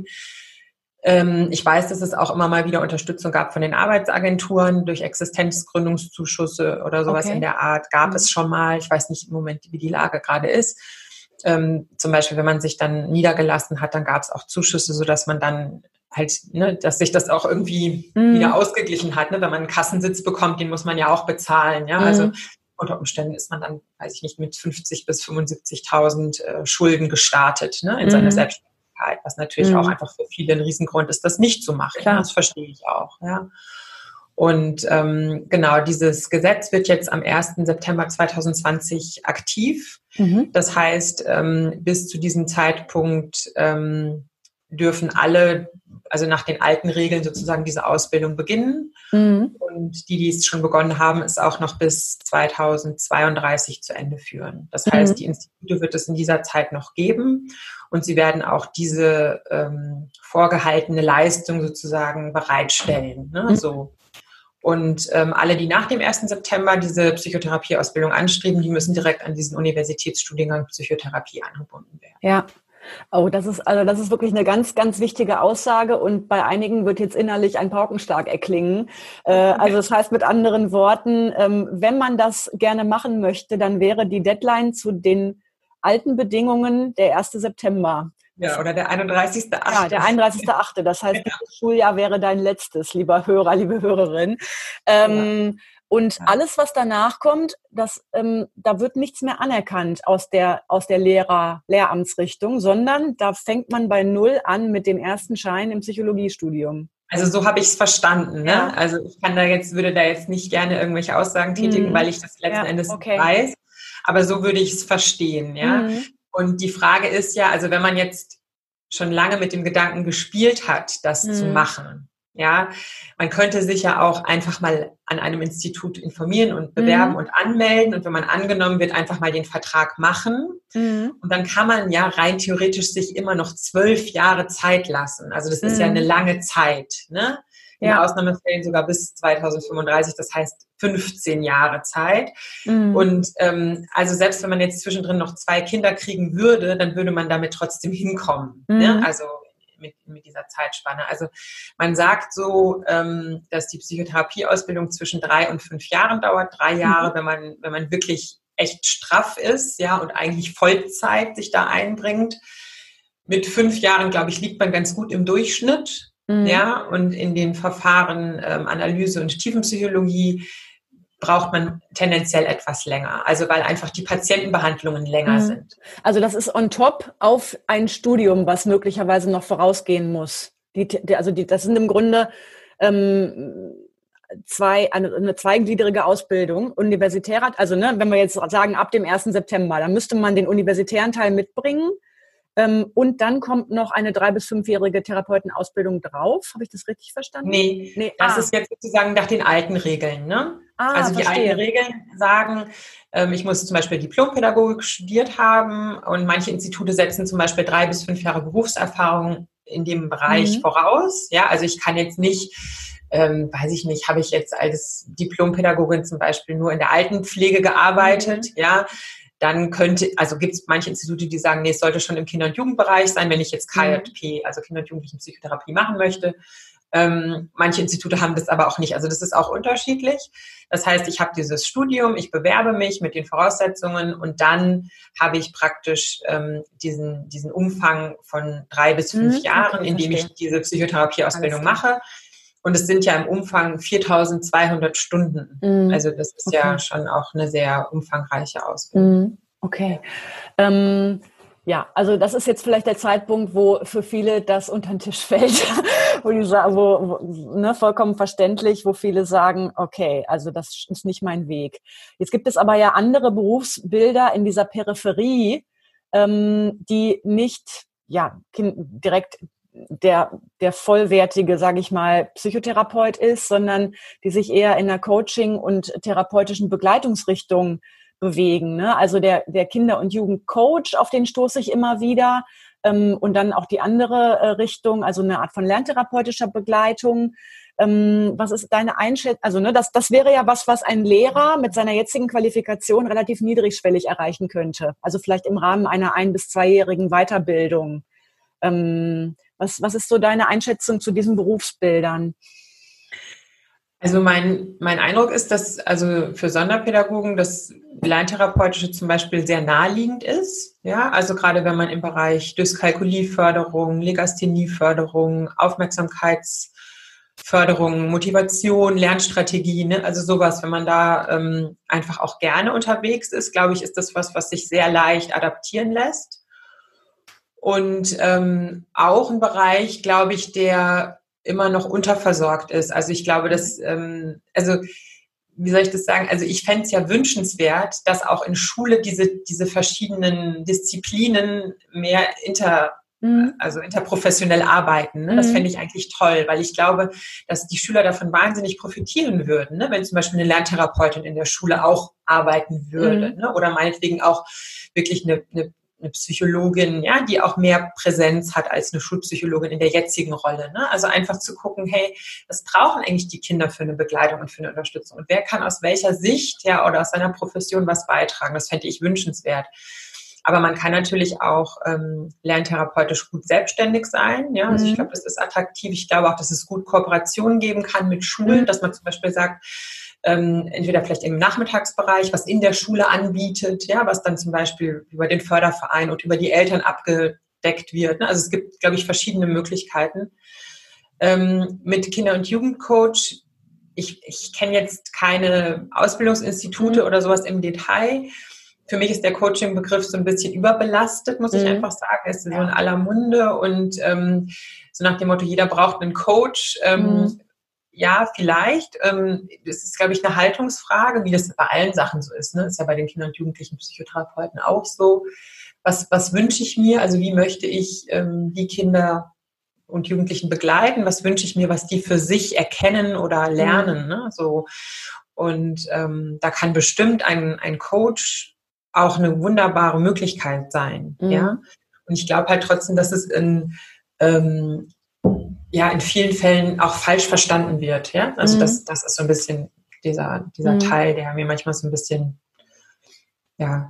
Ähm, ich weiß, dass es auch immer mal wieder Unterstützung gab von den Arbeitsagenturen durch Existenzgründungszuschüsse oder sowas okay. in der Art. Gab mhm. es schon mal. Ich weiß nicht im Moment, wie die Lage gerade ist. Ähm, zum Beispiel, wenn man sich dann niedergelassen hat, dann gab es auch Zuschüsse, sodass man dann halt, ne, dass sich das auch irgendwie mm. wieder ausgeglichen hat. Ne? Wenn man einen Kassensitz bekommt, den muss man ja auch bezahlen. Ja, mm. also unter Umständen ist man dann, weiß ich nicht, mit fünfzig bis fünfundsiebzigtausend äh, Schulden gestartet, ne, in mm. seiner Selbstständigkeit, was natürlich mm. auch einfach für viele ein Riesengrund ist, das nicht zu machen. Klar. Das verstehe ich auch. Ja. Und ähm, genau, dieses Gesetz wird jetzt am ersten September zweitausendzwanzig aktiv. Mhm. Das heißt, ähm, bis zu diesem Zeitpunkt ähm, dürfen alle, also nach den alten Regeln sozusagen, diese Ausbildung beginnen. Mhm. Und die, die es schon begonnen haben, es auch noch bis zweitausendzweiunddreißig zu Ende führen. Das heißt, mhm. die Institute wird es in dieser Zeit noch geben und sie werden auch diese ähm, vorgehaltene Leistung sozusagen bereitstellen. Ne? Mhm. So. Und ähm, alle, die nach dem ersten September diese Psychotherapieausbildung anstreben, die müssen direkt an diesen Universitätsstudiengang Psychotherapie angebunden werden.
Ja, Oh, das ist, also das ist wirklich eine ganz, ganz wichtige Aussage und bei einigen wird jetzt innerlich ein Paukenschlag erklingen. Äh, also das heißt mit anderen Worten, ähm, wenn man das gerne machen möchte, dann wäre die Deadline zu den alten Bedingungen der erste September.
Ja, oder der einunddreißigste achte
Ja, der einunddreißigste achte Das heißt,
ja.
dieses Schuljahr wäre dein letztes, lieber Hörer, liebe Hörerin. Ähm, ja. Und alles, was danach kommt, das, ähm, da wird nichts mehr anerkannt aus der, aus der Lehrer, Lehramtsrichtung, sondern da fängt man bei Null an mit dem ersten Schein im Psychologiestudium.
Also so habe ich es verstanden. Ne?
Ja.
Also ich kann da jetzt, würde da jetzt nicht gerne irgendwelche Aussagen tätigen, mhm. weil ich das letzten ja, Endes okay. weiß. Aber so würde ich es verstehen. Ja. Mhm. Und die Frage ist ja, also wenn man jetzt schon lange mit dem Gedanken gespielt hat, das mhm. zu machen, ja, man könnte sich ja auch einfach mal an einem Institut informieren und bewerben mhm. und anmelden und wenn man angenommen wird, einfach mal den Vertrag machen. Mhm. Und dann kann man ja rein theoretisch sich immer noch zwölf Jahre Zeit lassen. Also das mhm. ist ja eine lange Zeit, ne? In ja. Ausnahmefällen sogar bis zweitausendfünfunddreißig, das heißt fünfzehn Jahre Zeit. Mhm. Und ähm, also selbst wenn man jetzt zwischendrin noch zwei Kinder kriegen würde, dann würde man damit trotzdem hinkommen. Mhm. Ne? Also mit, mit dieser Zeitspanne. Also man sagt so, ähm, dass die Psychotherapieausbildung zwischen drei und fünf Jahren dauert. Drei Jahre, mhm. wenn man, wenn man wirklich echt straff ist, ja, und eigentlich Vollzeit sich da einbringt. Mit fünf Jahren, glaube ich, liegt man ganz gut im Durchschnitt. Mhm. Ja, und in den Verfahren ähm, Analyse und Tiefenpsychologie braucht man tendenziell etwas länger. Also weil einfach die Patientenbehandlungen länger mhm. sind.
Also das ist on top auf ein Studium, was möglicherweise noch vorausgehen muss. Die, die, also die, das sind im Grunde ähm, zwei, eine, eine zweigliedrige Ausbildung. Universitär, also ne, wenn wir jetzt sagen ab dem ersten September, dann müsste man den universitären Teil mitbringen. Ähm, und dann kommt noch eine drei- bis fünfjährige Therapeutenausbildung drauf. Habe ich das richtig verstanden?
Nee, nee. das ah. ist jetzt sozusagen nach den alten Regeln. Ne? Ah, also die verstehe. alten Regeln sagen, ähm, ich muss zum Beispiel Diplompädagogik studiert haben und manche Institute setzen zum Beispiel drei bis fünf Jahre Berufserfahrung in dem Bereich mhm. voraus. Ja, also ich kann jetzt nicht, ähm, weiß ich nicht, habe ich jetzt als Diplompädagogin zum Beispiel nur in der Altenpflege gearbeitet, mhm. ja, dann könnte, also gibt es manche Institute, die sagen, nee, es sollte schon im Kinder- und Jugendbereich sein, wenn ich jetzt K J P, also Kinder- und Jugendlichenpsychotherapie machen möchte. Ähm, manche Institute haben das aber auch nicht. Also das ist auch unterschiedlich. Das heißt, ich habe dieses Studium, ich bewerbe mich mit den Voraussetzungen und dann habe ich praktisch ähm, diesen, diesen Umfang von drei bis fünf mhm, Jahren, okay, in dem ich diese Psychotherapieausbildung mache. Und es sind ja im Umfang viertausendzweihundert Stunden. Mm, also das ist okay. ja schon auch eine sehr umfangreiche Ausbildung.
Mm, okay. Ähm, ja, also das ist jetzt vielleicht der Zeitpunkt, wo für viele das unter den Tisch fällt, wo die sagen, wo, wo ne, vollkommen verständlich, wo viele sagen, okay, also das ist nicht mein Weg. Jetzt gibt es aber ja andere Berufsbilder in dieser Peripherie, ähm, die nicht ja direkt der der vollwertige, sage ich mal, Psychotherapeut ist, sondern die sich eher in der Coaching- und therapeutischen Begleitungsrichtung bewegen. Ne? Also der der Kinder- und Jugendcoach, auf den stoße ich immer wieder, ähm, und dann auch die andere äh, Richtung, also eine Art von lerntherapeutischer Begleitung. Ähm, was ist deine Einschätzung? Also ne, das das wäre ja was, was ein Lehrer mit seiner jetzigen Qualifikation relativ niedrigschwellig erreichen könnte. Also vielleicht im Rahmen einer ein- bis zweijährigen Weiterbildung. Ähm, Was, was ist so deine Einschätzung zu diesen Berufsbildern?
Also mein, mein Eindruck ist, dass also für Sonderpädagogen das Lerntherapeutische zum Beispiel sehr naheliegend ist. Ja, also gerade wenn man im Bereich Dyskalkulieförderung, Legasthenieförderung, Aufmerksamkeitsförderung, Motivation, Lernstrategie, ne, also sowas, wenn man da ähm, einfach auch gerne unterwegs ist, glaube ich, ist das was, was sich sehr leicht adaptieren lässt. Und ähm, auch ein Bereich, glaube ich, der immer noch unterversorgt ist. Also ich glaube, dass, ähm, also wie soll ich das sagen? Also ich fände es ja wünschenswert, dass auch in Schule diese, diese verschiedenen Disziplinen mehr inter, mhm. also interprofessionell arbeiten. Ne? Das fände ich eigentlich toll, weil ich glaube, dass die Schüler davon wahnsinnig profitieren würden, ne? Wenn zum Beispiel eine Lerntherapeutin in der Schule auch arbeiten würde, mhm. ne? Oder meinetwegen auch wirklich eine, eine eine Psychologin, ja, die auch mehr Präsenz hat als eine Schulpsychologin in der jetzigen Rolle. Ne? Also einfach zu gucken, hey, was brauchen eigentlich die Kinder für eine Begleitung und für eine Unterstützung? Und wer kann aus welcher Sicht, ja, oder aus seiner Profession was beitragen? Das fände ich wünschenswert. Aber man kann natürlich auch ähm, lerntherapeutisch gut selbstständig sein. Ja, also
Mhm.
ich glaube, das ist attraktiv. Ich glaube auch, dass es gut Kooperationen geben kann mit Schulen,
Mhm.
dass man zum Beispiel sagt, ähm, entweder vielleicht im Nachmittagsbereich, was in der Schule anbietet, ja, was dann zum Beispiel über den Förderverein und über die Eltern abgedeckt wird. Ne? Also es gibt, glaube ich, verschiedene Möglichkeiten. Ähm, mit Kinder- und Jugendcoach, ich, ich kenne jetzt keine Ausbildungsinstitute
Mhm.
oder sowas im Detail. Für mich ist der Coaching-Begriff so ein bisschen überbelastet, muss ich
Mhm.
einfach sagen. Es ist so in aller Munde und ähm, so nach dem Motto, jeder braucht einen Coach. Ähm,
Mhm.
Ja, vielleicht. Ähm, das ist, glaube ich, eine Haltungsfrage, wie das bei allen Sachen so ist. Ne? Das ist ja bei den Kindern und Jugendlichen Psychotherapeuten auch so. Was, was wünsche ich mir? Also wie möchte ich ähm, die Kinder und Jugendlichen begleiten? Was wünsche ich mir, was die für sich erkennen oder lernen?
Mhm.
Ne? So. Und ähm, da kann bestimmt ein, ein Coach auch eine wunderbare Möglichkeit sein.
Mhm.
Ja? Und ich glaube halt trotzdem, dass es in, ähm, ja, in vielen Fällen auch falsch verstanden wird. Ja? Also
Mhm.
das, das ist so ein bisschen dieser, dieser
Mhm.
Teil, der mir manchmal so ein bisschen, ja.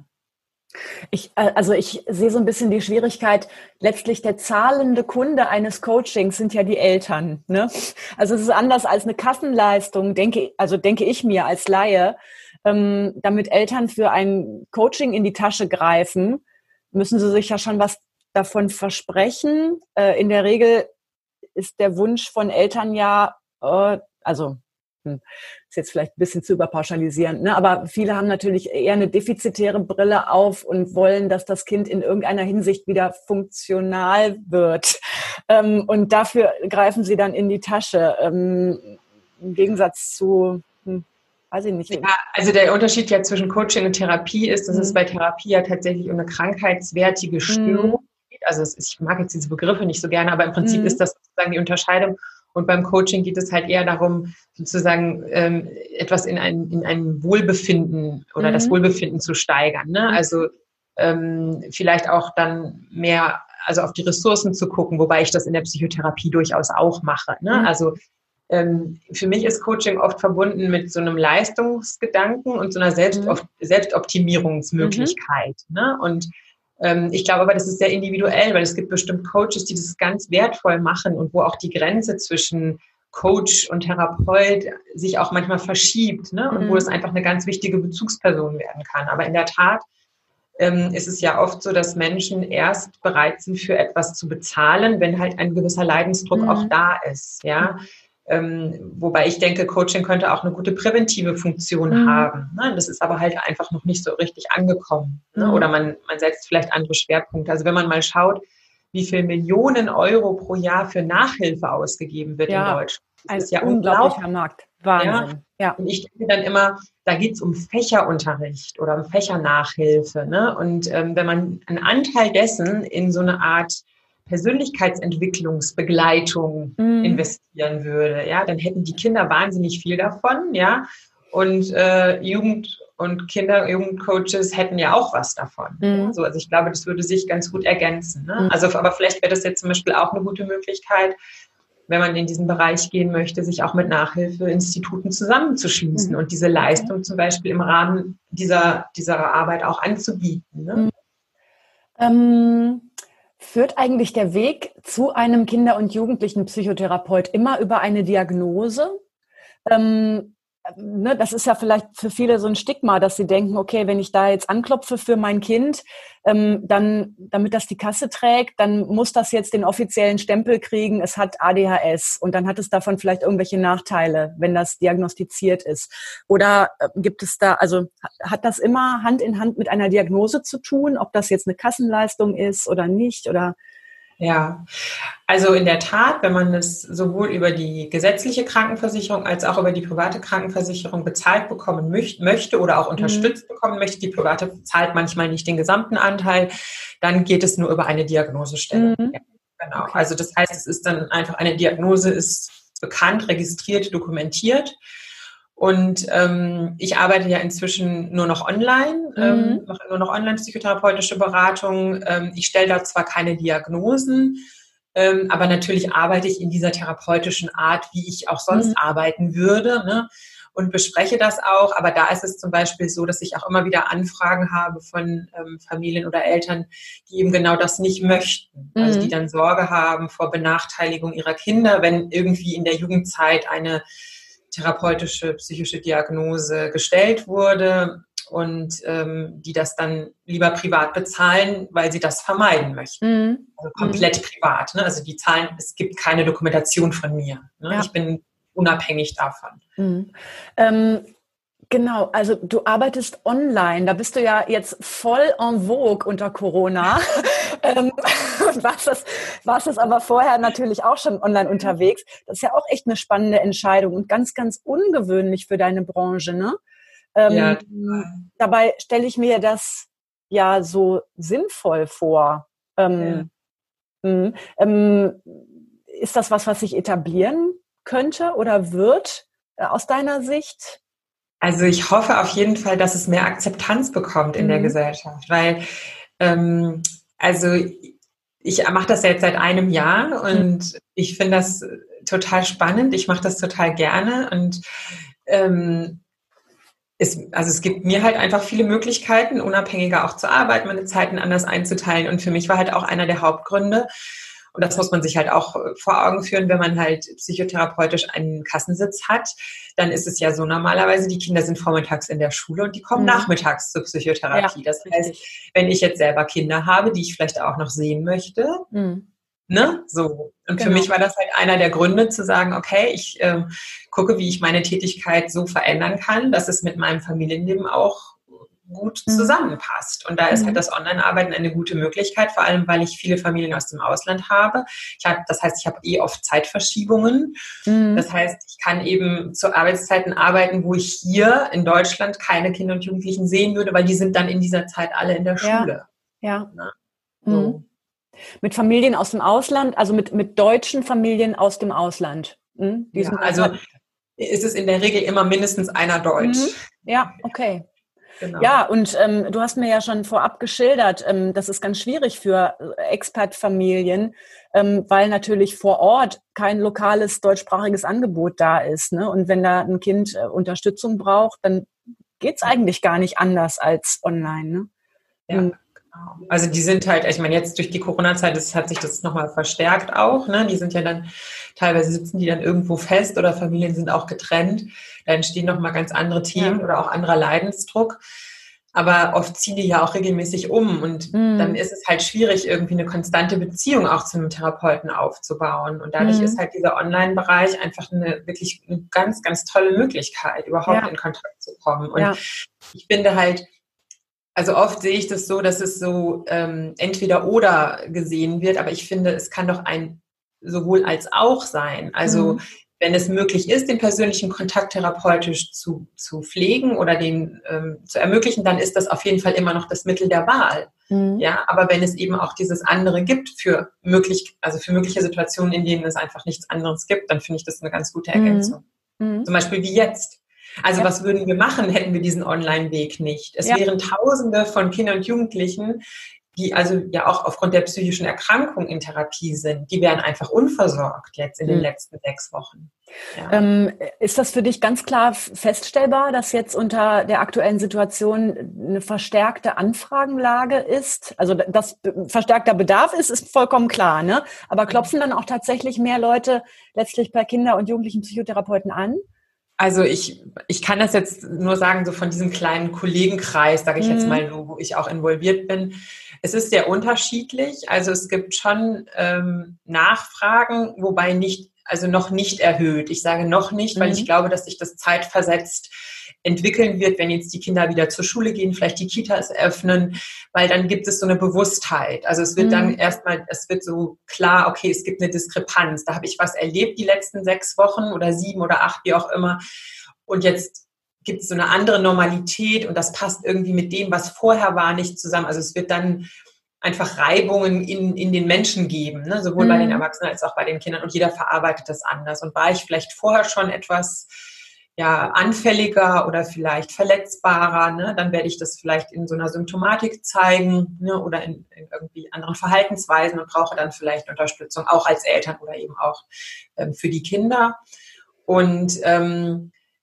Ich, äh, also ich sehe so ein bisschen die Schwierigkeit, letztlich der zahlende Kunde eines Coachings sind ja die Eltern. Ne? Also es ist anders als eine Kassenleistung, denke, also denke ich mir als Laie. Ähm, damit Eltern für ein Coaching in die Tasche greifen, müssen sie sich ja schon was davon versprechen. Äh, in der Regel ist der Wunsch von Eltern ja, äh, also hm, ist jetzt vielleicht ein bisschen zu überpauschalisierend, ne? Aber viele haben natürlich eher eine defizitäre Brille auf und wollen, dass das Kind in irgendeiner Hinsicht wieder funktional wird. Ähm, und dafür greifen sie dann in die Tasche. Ähm, im Gegensatz zu, hm, weiß ich nicht.
Ja, also der Unterschied ja zwischen Coaching und Therapie ist, dass es
Mhm.
bei Therapie ja tatsächlich um eine krankheitswertige Störung geht. Also es ist, ich mag jetzt diese Begriffe nicht so gerne, aber im Prinzip
Mhm.
ist das sozusagen die Unterscheidung. Und beim Coaching geht es halt eher darum, sozusagen ähm, etwas in ein, in ein Wohlbefinden oder das
Mhm.
Wohlbefinden zu steigern. Ne? Also ähm, vielleicht auch dann mehr, also auf die Ressourcen zu gucken, wobei ich das in der Psychotherapie durchaus auch mache. Ne?
Mhm.
Also ähm, für mich ist Coaching oft verbunden mit so einem Leistungsgedanken und so einer Selbstopt- Selbstoptimierungsmöglichkeit. Ne? Und ähm, ich glaube aber, das ist sehr individuell, weil es gibt bestimmt Coaches, die das ganz wertvoll machen und wo auch die Grenze zwischen Coach und Therapeut sich auch manchmal verschiebt, ne? Und wo es einfach eine ganz wichtige Bezugsperson werden kann. Aber in der Tat ähm, ist es ja oft so, dass Menschen erst bereit sind, für etwas zu bezahlen, wenn halt ein gewisser Leidensdruck
Mhm.
auch da ist. Ja. Ähm, wobei ich denke, Coaching könnte auch eine gute präventive Funktion
Mhm.
haben. Ne? Das ist aber halt einfach noch nicht so richtig angekommen. Ne?
Mhm.
Oder man, man setzt vielleicht andere Schwerpunkte. Also wenn man mal schaut, wie viel Millionen Euro pro Jahr für Nachhilfe ausgegeben wird in
Ja,
Deutschland. Das
ein
ist ja
unglaublicher
unglaublich.
Markt.
Ja.
Wahnsinn. Ja.
Und ich denke dann immer, da geht es um Fächerunterricht oder um Fächernachhilfe. Ne? Und ähm, wenn man einen Anteil dessen in so eine Art Persönlichkeitsentwicklungsbegleitung
Mhm.
investieren würde, ja, dann hätten die Kinder wahnsinnig viel davon, ja. Und äh, Jugend- und Kinder-, Jugendcoaches hätten ja auch was davon.
Mhm.
Ja? So, also ich glaube, das würde sich ganz gut ergänzen. Ne?
Mhm.
Also, aber vielleicht wäre das jetzt zum Beispiel auch eine gute Möglichkeit, wenn man in diesen Bereich gehen möchte, sich auch mit Nachhilfeinstituten zusammenzuschließen
Mhm.
und diese Leistung zum Beispiel im Rahmen dieser, dieser Arbeit auch anzubieten. Ne?
Mhm. Ähm, führt eigentlich der Weg zu einem Kinder- und Jugendlichen-Psychotherapeut immer über eine Diagnose? Ähm, ne, das ist ja vielleicht für viele so ein Stigma, dass sie denken, okay, wenn ich da jetzt anklopfe für mein Kind, ähm, dann, damit das die Kasse trägt, dann muss das jetzt den offiziellen Stempel kriegen, es hat A D H S und dann hat es davon vielleicht irgendwelche Nachteile, wenn das diagnostiziert ist. Oder äh, gibt es da, also hat das immer Hand in Hand mit einer Diagnose zu tun, ob das jetzt eine Kassenleistung ist oder nicht, oder?
Ja, also in der Tat, wenn man es sowohl über die gesetzliche Krankenversicherung als auch über die private Krankenversicherung bezahlt bekommen möcht- möchte oder auch unterstützt
Mhm.
bekommen möchte, die private zahlt manchmal nicht den gesamten Anteil, dann geht es nur über eine Diagnosestelle.
Mhm.
Ja, genau.
Okay.
Also das heißt, es ist dann einfach eine Diagnose, ist bekannt, registriert, dokumentiert. Und ähm, ich arbeite ja inzwischen nur noch online, ähm,
Mhm.
mache nur noch online-psychotherapeutische Beratung. Ähm, ich stelle da zwar keine Diagnosen, ähm, aber natürlich arbeite ich in dieser therapeutischen Art, wie ich auch sonst
Mhm.
arbeiten würde. Ne? und bespreche das auch. Aber da ist es zum Beispiel so, dass ich auch immer wieder Anfragen habe von ähm, Familien oder Eltern, die eben genau das nicht möchten. Mhm. Also die dann Sorge haben vor Benachteiligung ihrer Kinder, wenn irgendwie in der Jugendzeit eine therapeutische, psychische Diagnose gestellt wurde und ähm, die das dann lieber privat bezahlen, weil sie das vermeiden möchten. Mhm. Also komplett mhm. privat. Ne? Also die zahlen, es gibt keine Dokumentation von mir. Ne? Ja. Ich bin unabhängig davon.
Mhm. Ähm, genau, also du arbeitest online, da bist du ja jetzt voll en vogue unter Corona. ähm, warst, das, warst das aber vorher natürlich auch schon online unterwegs. Das ist ja auch echt eine spannende Entscheidung und ganz, ganz ungewöhnlich für deine Branche, ne? Ähm, ja. Dabei stelle ich mir das ja so sinnvoll vor. Ähm, ja. mh, ähm, ist das was, was sich etablieren könnte oder wird äh, aus deiner Sicht?
Also ich hoffe auf jeden Fall, dass es mehr Akzeptanz bekommt in mhm. der Gesellschaft, weil ähm, also ich mache das jetzt seit einem Jahr und mhm. ich finde das total spannend. Ich mache das total gerne und ähm, Es, also es gibt mir halt einfach viele Möglichkeiten, unabhängiger auch zu arbeiten, meine Zeiten anders einzuteilen. Und für mich war halt auch einer der Hauptgründe, und das muss man sich halt auch vor Augen führen, wenn man halt psychotherapeutisch einen Kassensitz hat, dann ist es ja so normalerweise, die Kinder sind vormittags in der Schule und die kommen mhm. nachmittags zur Psychotherapie. Ja, das heißt, richtig. Wenn ich jetzt selber Kinder habe, die ich vielleicht auch noch sehen möchte, mhm. Ne? So. Und genau. Für mich war das halt einer der Gründe zu sagen, okay, ich äh, gucke, wie ich meine Tätigkeit so verändern kann, dass es mit meinem Familienleben auch gut mhm. zusammenpasst. Und da ist mhm. halt das Online-Arbeiten eine gute Möglichkeit, vor allem, weil ich viele Familien aus dem Ausland habe. Ich hab, das heißt, ich habe eh oft Zeitverschiebungen. Mhm. Das heißt, ich kann eben zu Arbeitszeiten arbeiten, wo ich hier in Deutschland keine Kinder und Jugendlichen sehen würde, weil die sind dann in dieser Zeit alle in der Schule.
Ja. ja. So. Mhm. Mit Familien aus dem Ausland, also mit, mit deutschen Familien aus dem Ausland. Hm?
Ja, also ist es in der Regel immer mindestens einer Deutsch.
Mhm. Ja, okay. Genau. Ja, und ähm, du hast mir ja schon vorab geschildert, ähm, das ist ganz schwierig für Expat-Familien, ähm, weil natürlich vor Ort kein lokales deutschsprachiges Angebot da ist. Ne? Und wenn da ein Kind äh, Unterstützung braucht, dann geht's eigentlich gar nicht anders als online. Ne?
Ja. Mhm. Also die sind halt, ich meine, jetzt durch die Corona-Zeit das hat sich das nochmal verstärkt auch. Ne? Die sind ja dann, teilweise sitzen die dann irgendwo fest oder Familien sind auch getrennt. Da entstehen nochmal ganz andere Themen ja. oder auch anderer Leidensdruck. Aber oft ziehen die ja auch regelmäßig um und mhm. dann ist es halt schwierig, irgendwie eine konstante Beziehung auch zu einem Therapeuten aufzubauen. Und dadurch mhm. ist halt dieser Online-Bereich einfach eine wirklich eine ganz, ganz tolle Möglichkeit, überhaupt ja. in Kontakt zu kommen. Und ja. ich finde halt, also oft sehe ich das so, dass es so ähm, entweder oder gesehen wird, aber ich finde, es kann doch ein sowohl als auch sein. Also mhm. wenn es möglich ist, den persönlichen Kontakt therapeutisch zu, zu pflegen oder den ähm, zu ermöglichen, dann ist das auf jeden Fall immer noch das Mittel der Wahl. Mhm. Ja, aber wenn es eben auch dieses andere gibt für möglich, also für mögliche Situationen, in denen es einfach nichts anderes gibt, dann finde ich das eine ganz gute Ergänzung. Mhm. Zum Beispiel wie jetzt. Also ja. was würden wir machen, hätten wir diesen Online-Weg nicht? Es ja. wären Tausende von Kindern und Jugendlichen, die also ja auch aufgrund der psychischen Erkrankung in Therapie sind, die wären einfach unversorgt jetzt in mhm. den letzten sechs Wochen. Ja.
Ähm, ist das für dich ganz klar feststellbar, dass jetzt unter der aktuellen Situation eine verstärkte Anfragenlage ist? Also dass verstärkter Bedarf ist, ist vollkommen klar, ne? Aber klopfen dann auch tatsächlich mehr Leute letztlich bei Kinder- und Jugendlichen Psychotherapeuten an?
Also ich, ich kann das jetzt nur sagen, so von diesem kleinen Kollegenkreis, sage ich mhm. jetzt mal, wo ich auch involviert bin. Es ist sehr unterschiedlich. Also es gibt schon ähm, Nachfragen, wobei nicht, also noch nicht erhöht. Ich sage noch nicht, weil mhm. ich glaube, dass sich das zeitversetzt entwickeln wird, wenn jetzt die Kinder wieder zur Schule gehen, vielleicht die Kitas öffnen, weil dann gibt es so eine Bewusstheit. Also es wird mhm. dann erstmal, es wird so klar, okay, es gibt eine Diskrepanz. Da habe ich was erlebt die letzten sechs Wochen oder sieben oder acht, wie auch immer. Und jetzt gibt es so eine andere Normalität und das passt irgendwie mit dem, was vorher war, nicht zusammen. Also es wird dann einfach Reibungen in, in den Menschen geben, ne? Sowohl mhm. bei den Erwachsenen als auch bei den Kindern. Und jeder verarbeitet das anders. Und war ich vielleicht vorher schon etwas ja, anfälliger oder vielleicht verletzbarer, ne? Dann werde ich das vielleicht in so einer Symptomatik zeigen, ne? Oder in, in irgendwie anderen Verhaltensweisen und brauche dann vielleicht Unterstützung, auch als Eltern oder eben auch ähm, für die Kinder. Und ähm,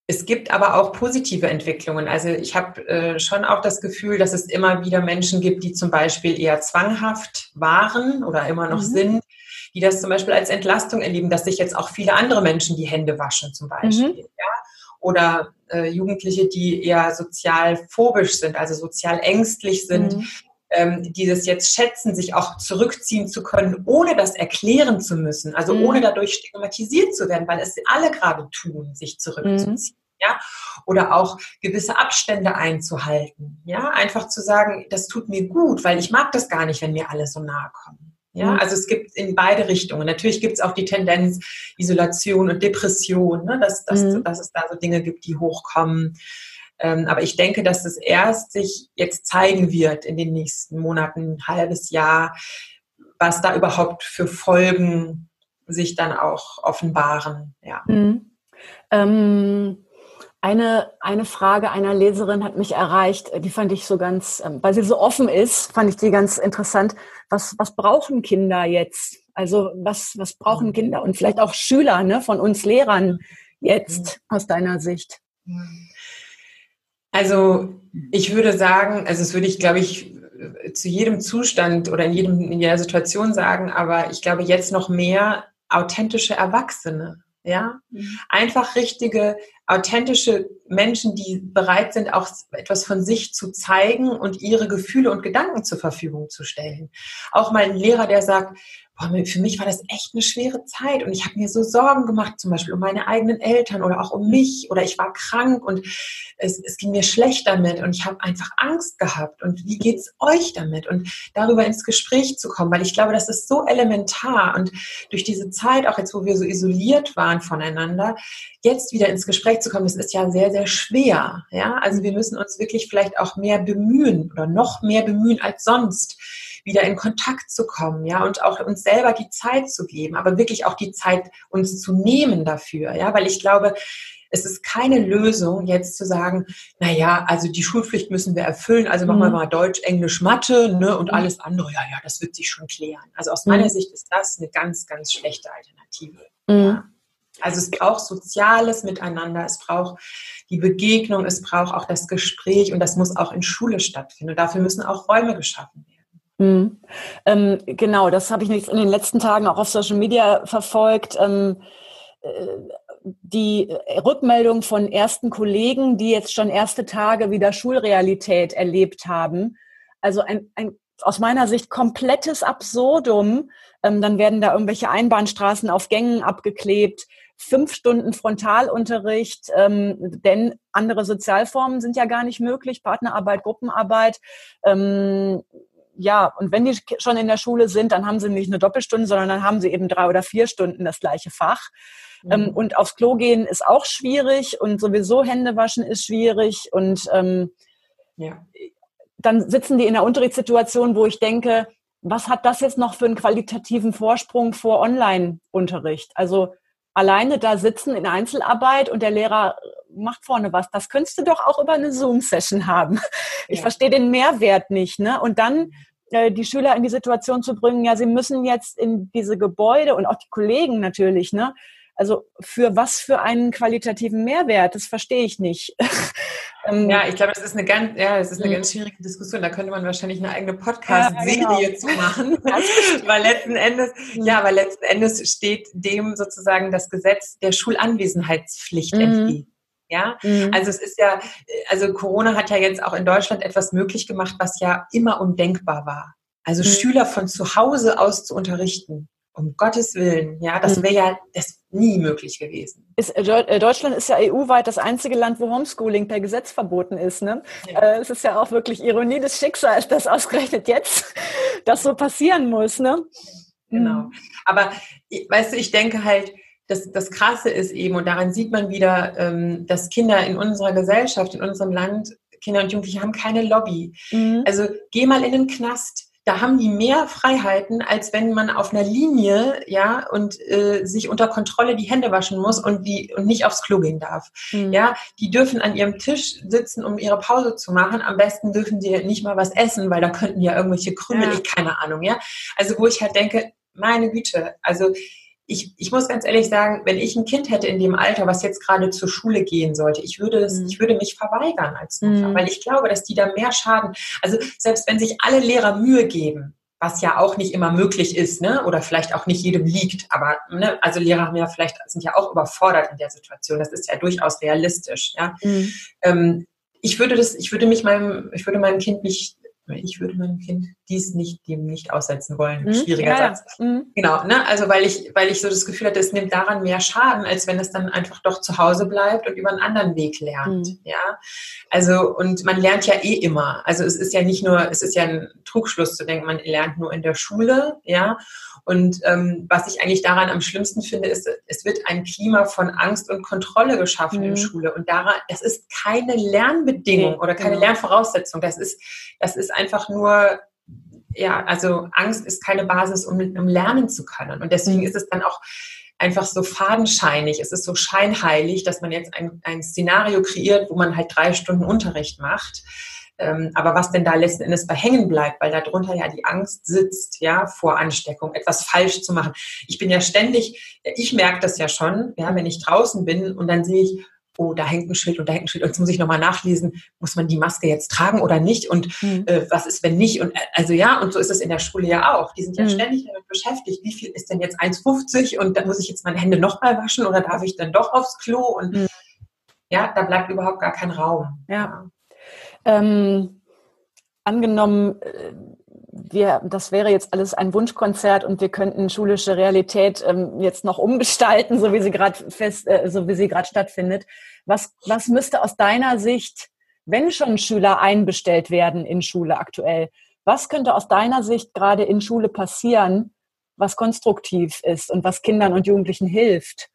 Es gibt aber auch positive Entwicklungen. Also ich habe äh, schon auch das Gefühl, dass es immer wieder Menschen gibt, die zum Beispiel eher zwanghaft waren oder immer noch mhm. sind, die das zum Beispiel als Entlastung erleben, dass sich jetzt auch viele andere Menschen die Hände waschen zum Beispiel. Mhm. Ja? Oder äh, Jugendliche, die eher sozial phobisch sind, also sozial ängstlich sind, mhm. ähm, die das jetzt schätzen, sich auch zurückziehen zu können, ohne das erklären zu müssen, also mhm. ohne dadurch stigmatisiert zu werden, weil es alle gerade tun, sich zurückzuziehen. Mhm. Ja? Oder auch gewisse Abstände einzuhalten. Ja? Einfach zu sagen, das tut mir gut, weil ich mag das gar nicht, wenn mir alle so nahe kommen. Ja, also es gibt in beide Richtungen. Natürlich gibt es auch die Tendenz Isolation und Depression, ne, dass, dass, mhm. dass es da so Dinge gibt, die hochkommen. Ähm, aber ich denke, dass es erst sich jetzt zeigen wird in den nächsten Monaten, ein halbes Jahr, was da überhaupt für Folgen sich dann auch offenbaren. Ja.
Mhm. Ähm Eine, eine Frage einer Leserin hat mich erreicht, die fand ich so ganz, weil sie so offen ist, fand ich die ganz interessant. Was, was brauchen Kinder jetzt? Also was, was brauchen Kinder und vielleicht auch Schüler, ne, von uns Lehrern jetzt aus deiner Sicht?
Also ich würde sagen, also das würde ich, glaube ich, zu jedem Zustand oder in jedem, in jeder Situation sagen, aber ich glaube jetzt noch mehr authentische Erwachsene. Ja, einfach richtige, authentische Menschen, die bereit sind, auch etwas von sich zu zeigen und ihre Gefühle und Gedanken zur Verfügung zu stellen. Auch mal ein Lehrer, der sagt, boah, für mich war das echt eine schwere Zeit und ich habe mir so Sorgen gemacht, zum Beispiel um meine eigenen Eltern oder auch um mich oder ich war krank und es, es ging mir schlecht damit und ich habe einfach Angst gehabt und wie geht's euch damit? Und darüber ins Gespräch zu kommen, weil ich glaube, das ist so elementar und durch diese Zeit, auch jetzt, wo wir so isoliert waren voneinander, jetzt wieder ins Gespräch zu kommen, das ist ja sehr, sehr schwer. Ja? Also wir müssen uns wirklich vielleicht auch mehr bemühen oder noch mehr bemühen als sonst, wieder in Kontakt zu kommen, ja, und auch uns selber die Zeit zu geben, aber wirklich auch die Zeit uns zu nehmen dafür, ja, weil ich glaube, es ist keine Lösung, jetzt zu sagen, na ja, also die Schulpflicht müssen wir erfüllen, also machen wir mal Deutsch, Englisch, Mathe, ne, und alles andere, ja, ja, das wird sich schon klären. Also aus meiner mhm. Sicht ist das eine ganz, ganz schlechte Alternative. Mhm. Ja. Also es braucht soziales Miteinander, es braucht die Begegnung, es braucht auch das Gespräch und das muss auch in Schule stattfinden. Und dafür müssen auch Räume geschaffen werden.
Mhm. Ähm, genau, das habe ich in den letzten Tagen auch auf Social Media verfolgt. Ähm, äh, die Rückmeldung von ersten Kollegen, die jetzt schon erste Tage wieder Schulrealität erlebt haben. Also ein, ein aus meiner Sicht komplettes Absurdum. Ähm, dann werden da irgendwelche Einbahnstraßen auf Gängen abgeklebt. Fünf Stunden Frontalunterricht, ähm, denn andere Sozialformen sind ja gar nicht möglich. Partnerarbeit, Gruppenarbeit. Ähm, Ja, und wenn die schon in der Schule sind, dann haben sie nicht eine Doppelstunde, sondern dann haben sie eben drei oder vier Stunden das gleiche Fach. Mhm. Ähm, und aufs Klo gehen ist auch schwierig und sowieso Hände waschen ist schwierig. Und ähm, ja. dann sitzen die in einer Unterrichtssituation, wo ich denke, was hat das jetzt noch für einen qualitativen Vorsprung vor Online-Unterricht? Also alleine da sitzen in Einzelarbeit und der Lehrer macht vorne was. Das könntest du doch auch über eine Zoom-Session haben. Ich ja. verstehe den Mehrwert nicht, ne? Und dann äh, die Schüler in die Situation zu bringen, ja, sie müssen jetzt in diese Gebäude und auch die Kollegen natürlich, ne? Also für was für einen qualitativen Mehrwert? Das verstehe ich nicht.
Ja, ich glaube, das ist eine ganz, ja, das ist eine ganz schwierige Diskussion. Da könnte man wahrscheinlich eine eigene Podcast-Serie ja, genau. zu machen, weil letzten Endes, mhm. ja, weil letzten Endes steht dem sozusagen das Gesetz der Schulanwesenheitspflicht mhm. entgegen. Ja, mhm. also es ist ja, also Corona hat ja jetzt auch in Deutschland etwas möglich gemacht, was ja immer undenkbar war. Also mhm. Schüler von zu Hause aus zu unterrichten. Um Gottes Willen, ja, das wäre ja das nie möglich gewesen.
Ist, äh, Deutschland ist ja E U-weit das einzige Land, wo Homeschooling per Gesetz verboten ist. Ne? Ja. Äh, es ist ja auch wirklich Ironie des Schicksals, dass ausgerechnet jetzt das so passieren muss. Ne?
Genau. Aber, weißt du, ich denke halt, das, das Krasse ist eben, und daran sieht man wieder, ähm, dass Kinder in unserer Gesellschaft, in unserem Land, Kinder und Jugendliche haben keine Lobby. Mhm. Also geh mal in den Knast. Da haben die mehr Freiheiten, als wenn man auf einer Linie, ja, und äh, sich unter Kontrolle die Hände waschen muss und die und nicht aufs Klo gehen darf. Mhm. Ja, die dürfen an ihrem Tisch sitzen, um ihre Pause zu machen. Am besten dürfen die nicht mal was essen, weil da könnten ja irgendwelche Krümel, ja. ich keine Ahnung, ja. Also wo ich halt denke, meine Güte, also ich, ich muss ganz ehrlich sagen, wenn ich ein Kind hätte in dem Alter, was jetzt gerade zur Schule gehen sollte, ich würde das, mhm. ich würde mich verweigern als Mutter, mhm. weil ich glaube, dass die da mehr Schaden, also selbst wenn sich alle Lehrer Mühe geben, was ja auch nicht immer möglich ist, ne, oder vielleicht auch nicht jedem liegt, aber, ne, also Lehrer haben ja vielleicht, sind ja auch überfordert in der Situation, das ist ja durchaus realistisch, ja. Mhm. Ähm, ich würde das, ich würde mich meinem, ich würde meinem Kind nicht, ich würde meinem Kind dies nicht, dem nicht aussetzen wollen. Mhm. Schwieriger ja, Satz. Ja. Mhm. Genau, ne? Also weil ich, weil ich so das Gefühl hatte, es nimmt daran mehr Schaden, als wenn es dann einfach doch zu Hause bleibt und über einen anderen Weg lernt. Mhm. Ja. Also, und man lernt ja eh immer. Also es ist ja nicht nur, es ist ja ein Trugschluss zu denken, man lernt nur in der Schule, ja. Und ähm, was ich eigentlich daran am schlimmsten finde, ist, es wird ein Klima von Angst und Kontrolle geschaffen mhm. in Schule. Und daran, das ist keine Lernbedingung nee, oder keine genau. Lernvoraussetzung. Das ist, das ist einfach nur, ja, also Angst ist keine Basis, um, um lernen zu können. Und deswegen mhm. ist es dann auch einfach so fadenscheinig. Es ist so scheinheilig, dass man jetzt ein, ein Szenario kreiert, wo man halt drei Stunden Unterricht macht. Ähm, aber was denn da letzten Endes bei hängen bleibt, weil darunter ja die Angst sitzt, ja, vor Ansteckung, etwas falsch zu machen. Ich bin ja ständig, ich merke das ja schon, ja, wenn ich draußen bin und dann sehe ich, oh, da hängt ein Schild und da hängt ein Schild und jetzt muss ich nochmal nachlesen, muss man die Maske jetzt tragen oder nicht und mhm. äh, was ist, wenn nicht? Und äh, also ja, und so ist es in der Schule ja auch. Die sind ja mhm. ständig damit beschäftigt, wie viel ist denn jetzt eins fünfzig und da muss ich jetzt meine Hände nochmal waschen oder darf ich dann doch aufs Klo? Und mhm. ja, da bleibt überhaupt gar kein Raum.
Ja. ja. Ähm, angenommen, wir, das wäre jetzt alles ein Wunschkonzert und wir könnten schulische Realität ähm, jetzt noch umgestalten, so wie sie gerade fest, äh, so wie sie gerade stattfindet. Was, was müsste aus deiner Sicht, wenn schon Schüler einbestellt werden in Schule aktuell, was könnte aus deiner Sicht gerade in Schule passieren, was konstruktiv ist und was Kindern und Jugendlichen hilft?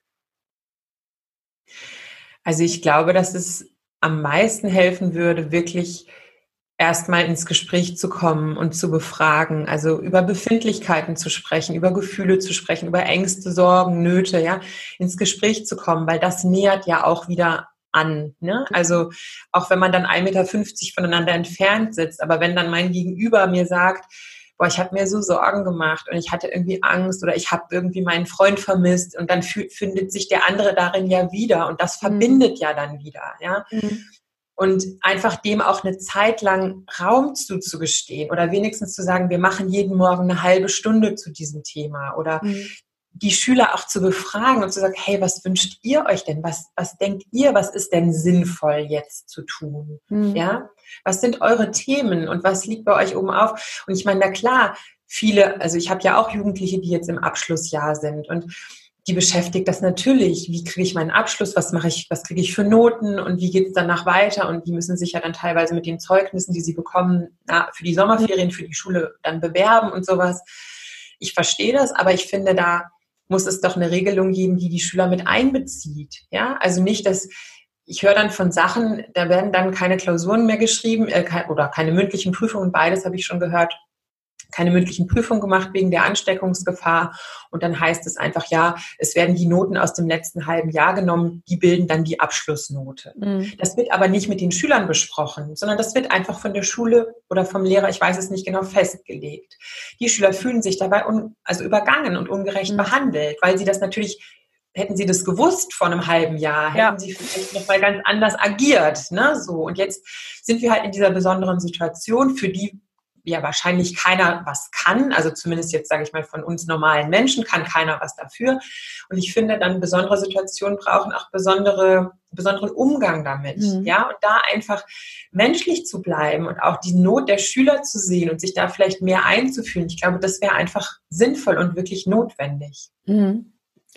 Also ich glaube, dass es am meisten helfen würde, wirklich erstmal ins Gespräch zu kommen und zu befragen, also über Befindlichkeiten zu sprechen, über Gefühle zu sprechen, über Ängste, Sorgen, Nöte, ja, ins Gespräch zu kommen, weil das nähert ja auch wieder an, ne? Also auch wenn man dann ein Meter fünfzig voneinander entfernt sitzt, aber wenn dann mein Gegenüber mir sagt, boah, ich habe mir so Sorgen gemacht und ich hatte irgendwie Angst oder ich habe irgendwie meinen Freund vermisst und dann f- findet sich der andere darin ja wieder und das verbindet mhm. ja dann wieder, ja. Mhm. Und einfach dem auch eine Zeit lang Raum zuzugestehen oder wenigstens zu sagen, wir machen jeden Morgen eine halbe Stunde zu diesem Thema oder mhm. die Schüler auch zu befragen und zu sagen, hey, was wünscht ihr euch denn? Was, was denkt ihr, was ist denn sinnvoll jetzt zu tun? Mhm. Ja? Was sind eure Themen und was liegt bei euch oben auf? Und ich meine, na klar, viele, also ich habe ja auch Jugendliche, die jetzt im Abschlussjahr sind und die beschäftigt das natürlich. Wie kriege ich meinen Abschluss? Was mache ich? Was kriege ich für Noten? Und wie geht es danach weiter? Und die müssen sich ja dann teilweise mit den Zeugnissen, die sie bekommen, na, für die Sommerferien, für die Schule dann bewerben und sowas. Ich verstehe das, aber ich finde, da muss es doch eine Regelung geben, die die Schüler mit einbezieht. Ja, also nicht, dass ich höre dann von Sachen, da werden dann keine Klausuren mehr geschrieben äh, oder keine mündlichen Prüfungen. Beides habe ich schon gehört. Keine mündlichen Prüfungen gemacht wegen der Ansteckungsgefahr. Und dann heißt es einfach, ja, es werden die Noten aus dem letzten halben Jahr genommen, die bilden dann die Abschlussnote. Mhm. Das wird aber nicht mit den Schülern besprochen, sondern das wird einfach von der Schule oder vom Lehrer, ich weiß es nicht genau, festgelegt. Die Schüler fühlen sich dabei un, also übergangen und ungerecht mhm. behandelt, weil sie das natürlich, hätten sie das gewusst vor einem halben Jahr, hätten ja. sie vielleicht noch mal ganz anders agiert. Ne? So. Und jetzt sind wir halt in dieser besonderen Situation, für die ja wahrscheinlich keiner was kann, also zumindest jetzt sage ich mal von uns normalen Menschen kann keiner was dafür und ich finde dann besondere Situationen brauchen auch besondere, besonderen Umgang damit, mhm. ja, und da einfach menschlich zu bleiben und auch die Not der Schüler zu sehen und sich da vielleicht mehr einzufühlen, ich glaube, das wäre einfach sinnvoll und wirklich notwendig.
Mhm.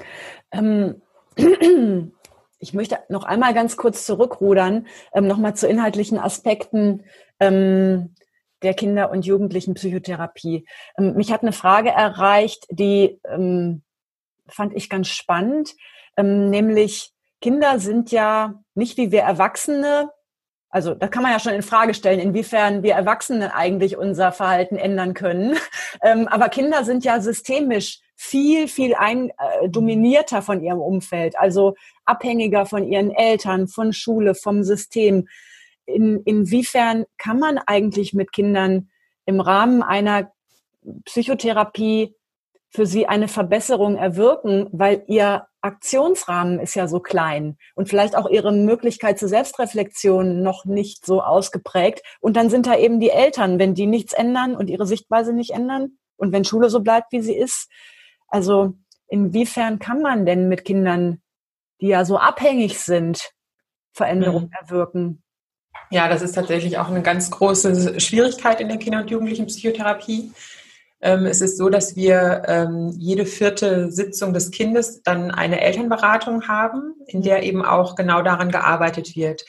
Ähm. Ich möchte noch einmal ganz kurz zurückrudern, ähm, nochmal zu inhaltlichen Aspekten ähm, der Kinder- und Jugendlichen-Psychotherapie. Ähm, mich hat eine Frage erreicht, die ähm, fand ich ganz spannend, ähm, nämlich Kinder sind ja nicht wie wir Erwachsene, also da kann man ja schon in Frage stellen, inwiefern wir Erwachsene eigentlich unser Verhalten ändern können, ähm, aber Kinder sind ja systemisch viel, viel ein, äh, dominierter von ihrem Umfeld, also abhängiger von ihren Eltern, von Schule, vom System. In, inwiefern kann man eigentlich mit Kindern im Rahmen einer Psychotherapie für Sie eine Verbesserung erwirken, weil Ihr Aktionsrahmen ist ja so klein und vielleicht auch Ihre Möglichkeit zur Selbstreflexion noch nicht so ausgeprägt. Und dann sind da eben die Eltern, wenn die nichts ändern und ihre Sichtweise nicht ändern und wenn Schule so bleibt, wie sie ist. Also inwiefern kann man denn mit Kindern, die ja so abhängig sind, Veränderungen mhm. erwirken?
Ja, das ist tatsächlich auch eine ganz große Schwierigkeit in der Kinder- und Jugendlichenpsychotherapie. Ähm, es ist so, dass wir ähm, jede vierte Sitzung des Kindes dann eine Elternberatung haben, in der eben auch genau daran gearbeitet wird,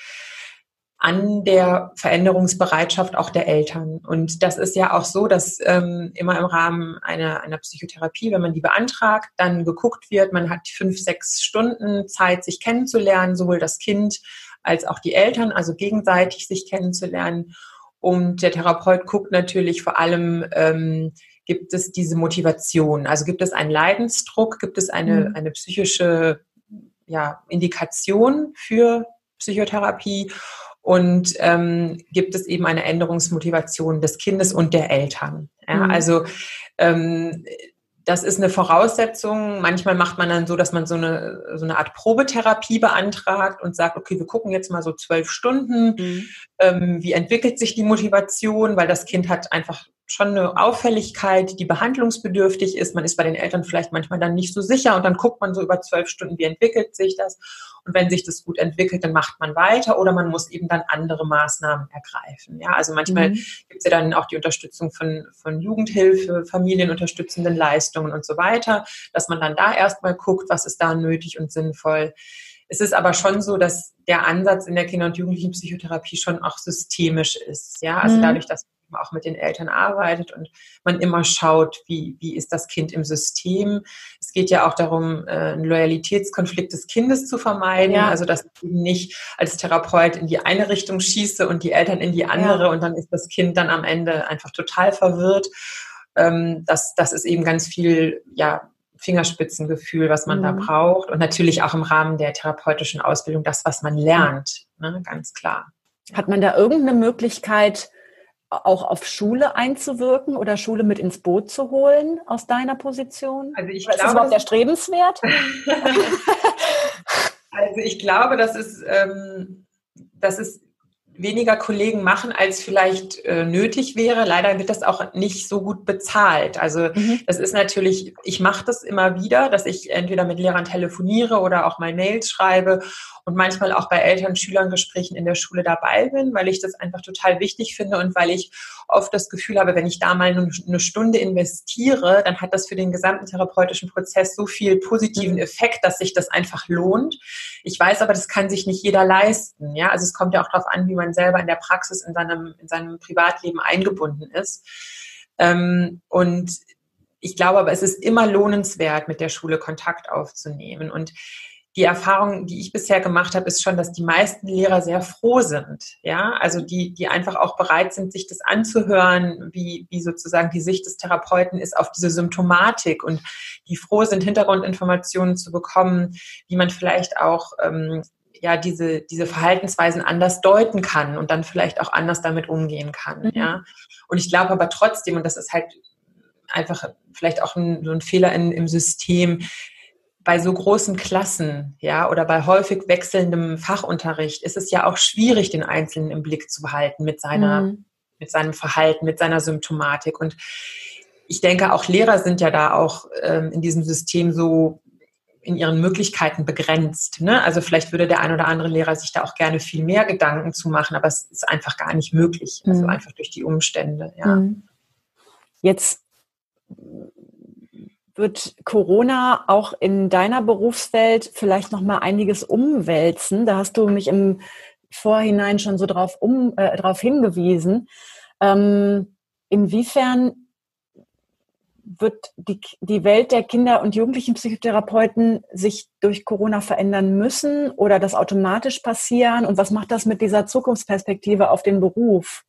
an der Veränderungsbereitschaft auch der Eltern. Und das ist ja auch so, dass ähm, immer im Rahmen einer, einer Psychotherapie, wenn man die beantragt, dann geguckt wird, man hat fünf, sechs Stunden Zeit, sich kennenzulernen, sowohl das Kind als auch die Eltern, also gegenseitig sich kennenzulernen. Und der Therapeut guckt natürlich vor allem, ähm, gibt es diese Motivation? Also gibt es einen Leidensdruck? Gibt es eine, eine psychische ja, Indikation für Psychotherapie? Und ähm, gibt es eben eine Änderungsmotivation des Kindes und der Eltern? Ja, mhm. Also ähm, das ist eine Voraussetzung. Manchmal macht man dann so, dass man so eine, so eine Art Probetherapie beantragt und sagt, okay, wir gucken jetzt mal so zwölf Stunden. Mhm. Ähm, wie entwickelt sich die Motivation? Weil das Kind hat einfach schon eine Auffälligkeit, die behandlungsbedürftig ist. Man ist bei den Eltern vielleicht manchmal dann nicht so sicher und dann guckt man so über zwölf Stunden, wie entwickelt sich das? Und wenn sich das gut entwickelt, dann macht man weiter oder man muss eben dann andere Maßnahmen ergreifen. Ja, also manchmal mhm. gibt es ja dann auch die Unterstützung von, von Jugendhilfe, familienunterstützenden Leistungen und so weiter, dass man dann da erstmal guckt, was ist da nötig und sinnvoll. Es ist aber schon so, dass der Ansatz in der Kinder- und Jugendlichenpsychotherapie schon auch systemisch ist. Ja, also mhm. dadurch, dass man auch mit den Eltern arbeitet und man immer schaut, wie, wie ist das Kind im System. Es geht ja auch darum, einen Loyalitätskonflikt des Kindes zu vermeiden. Ja. Also, dass ich nicht als Therapeut in die eine Richtung schieße und die Eltern in die andere ja. und dann ist das Kind dann am Ende einfach total verwirrt. Das, das ist eben ganz viel, ja, Fingerspitzengefühl, was man mhm. da braucht. Und natürlich auch im Rahmen der therapeutischen Ausbildung das, was man lernt, ne, ganz klar.
Hat man da irgendeine Möglichkeit, auch auf Schule einzuwirken oder Schule mit ins Boot zu holen aus deiner Position?
Also ich
oder
glaube,
ist das überhaupt erstrebenswert?
Also ich glaube, dass es, ähm, dass es weniger Kollegen machen, als vielleicht äh, nötig wäre. Leider wird das auch nicht so gut bezahlt. Also mhm. das ist natürlich, ich mache das immer wieder, dass ich entweder mit Lehrern telefoniere oder auch mal Mails schreibe und manchmal auch bei Eltern-Schülern-Gesprächen in der Schule dabei bin, weil ich das einfach total wichtig finde und weil ich oft das Gefühl habe, wenn ich da mal eine Stunde investiere, dann hat das für den gesamten therapeutischen Prozess so viel positiven Effekt, dass sich das einfach lohnt. Ich weiß aber, das kann sich nicht jeder leisten. Ja, also es kommt ja auch darauf an, wie man selber in der Praxis, in seinem, in seinem Privatleben eingebunden ist. Ähm, und ich glaube aber, es ist immer lohnenswert, mit der Schule Kontakt aufzunehmen. Und die Erfahrung, die ich bisher gemacht habe, ist schon, dass die meisten Lehrer sehr froh sind. Ja, also die, die einfach auch bereit sind, sich das anzuhören, wie, wie sozusagen die Sicht des Therapeuten ist auf diese Symptomatik und die froh sind, Hintergrundinformationen zu bekommen, wie man vielleicht auch ähm, ja diese, diese Verhaltensweisen anders deuten kann und dann vielleicht auch anders damit umgehen kann. Mhm. Ja, und ich glaube aber trotzdem, und das ist halt einfach vielleicht auch ein, so ein Fehler in, im System, bei so großen Klassen, ja, oder bei häufig wechselndem Fachunterricht ist es ja auch schwierig, den Einzelnen im Blick zu behalten mit seiner, mhm. mit seinem Verhalten, mit seiner Symptomatik. Und ich denke, auch Lehrer sind ja da auch ähm, in diesem System so in ihren Möglichkeiten begrenzt. Ne? Also vielleicht würde der ein oder andere Lehrer sich da auch gerne viel mehr Gedanken zu machen, aber es ist einfach gar nicht möglich. Mhm. Also einfach durch die Umstände, ja.
Mhm. Jetzt wird Corona auch in deiner Berufswelt vielleicht noch mal einiges umwälzen. Da hast du mich im Vorhinein schon so drauf, um, äh, drauf hingewiesen. Ähm, inwiefern wird die, die Welt der Kinder- und Jugendlichenpsychotherapeuten sich durch Corona verändern müssen oder das automatisch passieren? Und was macht das mit dieser Zukunftsperspektive auf den Beruf?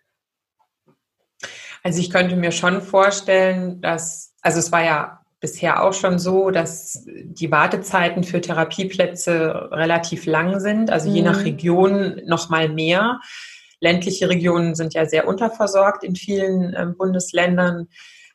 Also ich könnte mir schon vorstellen, dass, also es war ja bisher auch schon so, dass die Wartezeiten für Therapieplätze relativ lang sind, also je nach Region noch mal mehr. Ländliche Regionen sind ja sehr unterversorgt in vielen äh, Bundesländern.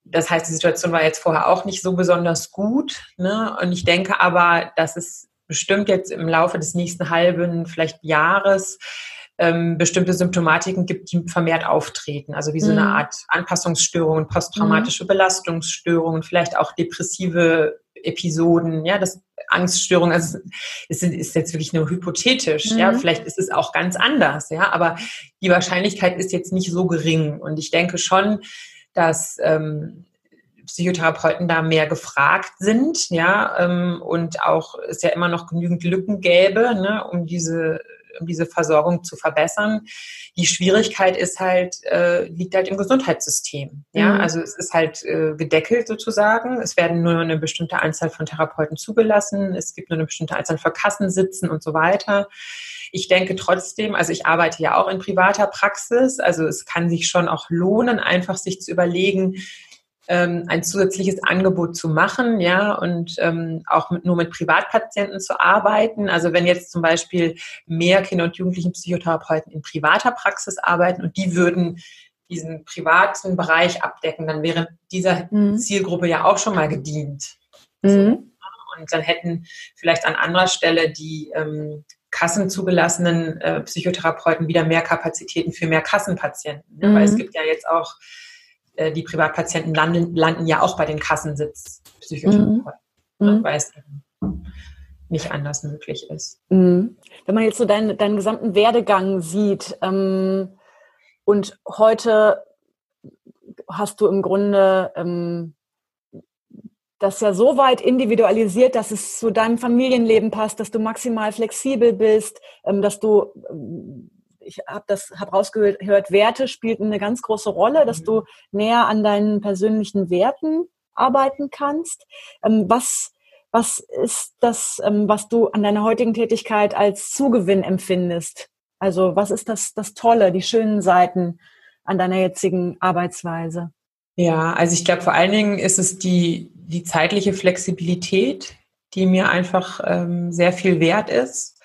das heißt, die Situation war jetzt vorher auch nicht so besonders gut, ne? Und ich denke aber, dass es bestimmt jetzt im Laufe des nächsten halben, vielleicht Jahres, ähm, bestimmte Symptomatiken gibt, die vermehrt auftreten. Also wie so eine
Mhm.
Art Anpassungsstörungen, posttraumatische Belastungsstörungen, vielleicht auch depressive Episoden, ja, das Angststörungen. Also es ist jetzt wirklich nur hypothetisch,
Mhm.
ja, vielleicht ist es auch ganz anders, ja, aber die Wahrscheinlichkeit ist jetzt nicht so gering. Und ich denke schon, dass ähm, Psychotherapeuten da mehr gefragt sind, ja, ähm, und auch es ja immer noch genügend Lücken gäbe, ne, um diese um diese Versorgung zu verbessern. Die Schwierigkeit ist halt, äh, liegt halt im Gesundheitssystem. Ja,
Mhm.
also es ist halt äh, gedeckelt sozusagen. Es werden nur eine bestimmte Anzahl von Therapeuten zugelassen. Es gibt nur eine bestimmte Anzahl von Kassensitzen und so weiter. Ich denke trotzdem, also ich arbeite ja auch in privater Praxis, also es kann sich schon auch lohnen, einfach sich zu überlegen, ein zusätzliches Angebot zu machen, ja, und ähm, auch mit, nur mit Privatpatienten zu arbeiten. Also wenn jetzt zum Beispiel mehr Kinder- und Jugendlichen-Psychotherapeuten in privater Praxis arbeiten und die würden diesen privaten Bereich abdecken, dann wäre dieser
Mhm.
Zielgruppe ja auch schon mal gedient.
Mhm.
So. Und dann hätten vielleicht an anderer Stelle die ähm, kassenzugelassenen äh, Psychotherapeuten wieder mehr Kapazitäten für mehr Kassenpatienten. Ne?
Mhm.
Weil es gibt ja jetzt auch die Privatpatienten landen, landen ja auch bei den Kassensitz-Psychotherapeuten,
mhm.
ne, weil es nicht anders möglich ist.
Mhm. Wenn man jetzt so deinen, deinen gesamten Werdegang sieht ähm, und heute hast du im Grunde ähm, das ja so weit individualisiert, dass es zu deinem Familienleben passt, dass du maximal flexibel bist, ähm, dass du ähm, ich habe das hab rausgehört, Werte spielten eine ganz große Rolle, dass du näher an deinen persönlichen Werten arbeiten kannst. Ähm, was, was ist das, ähm, was du an deiner heutigen Tätigkeit als Zugewinn empfindest? Also was ist das, das Tolle, die schönen Seiten an deiner jetzigen Arbeitsweise?
Ja, also ich glaube, vor allen Dingen ist es die, die zeitliche Flexibilität, die mir einfach ähm, sehr viel wert ist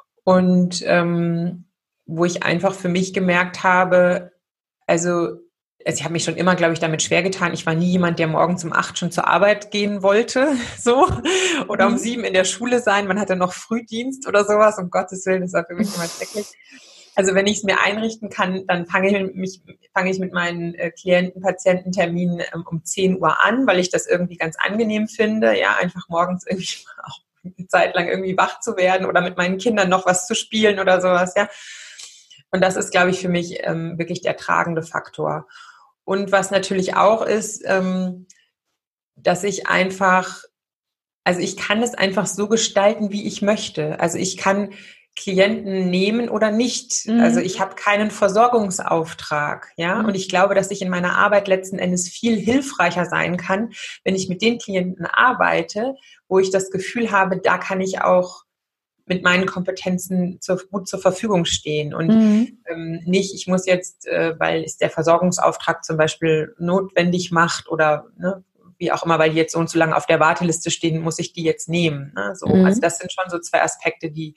und ähm, wo ich einfach für mich gemerkt habe, also, also ich habe mich schon immer, glaube ich, damit schwer getan. Ich war nie jemand, der morgens um acht schon zur Arbeit gehen wollte, so, oder um
Mhm.
sieben in der Schule sein. Man hatte noch Frühdienst oder sowas. Um Gottes Willen, das war für mich immer schrecklich. Also wenn ich es mir einrichten kann, dann fange ich, mich, fange ich mit meinen äh, Klienten, Patiententerminen ähm, um zehn Uhr an, weil ich das irgendwie ganz angenehm finde, ja, einfach morgens irgendwie auch eine Zeit lang irgendwie wach zu werden oder mit meinen Kindern noch was zu spielen oder sowas, ja. Und das ist, glaube ich, für mich ähm, wirklich der tragende Faktor. Und was natürlich auch ist, ähm, dass ich einfach, also ich kann es einfach so gestalten, wie ich möchte. Also ich kann Klienten nehmen oder nicht.
Mhm.
Also ich habe keinen Versorgungsauftrag, ja.
Mhm.
Und ich glaube, dass ich in meiner Arbeit letzten Endes viel hilfreicher sein kann, wenn ich mit den Klienten arbeite, wo ich das Gefühl habe, da kann ich auch mit meinen Kompetenzen zur, gut zur Verfügung stehen und
Mhm.
ähm, nicht, ich muss jetzt, äh, weil es der Versorgungsauftrag zum Beispiel notwendig macht oder ne, wie auch immer, weil die jetzt so und so lange auf der Warteliste stehen, muss ich die jetzt nehmen. Ne? So,
Mhm.
also das sind schon so zwei Aspekte, die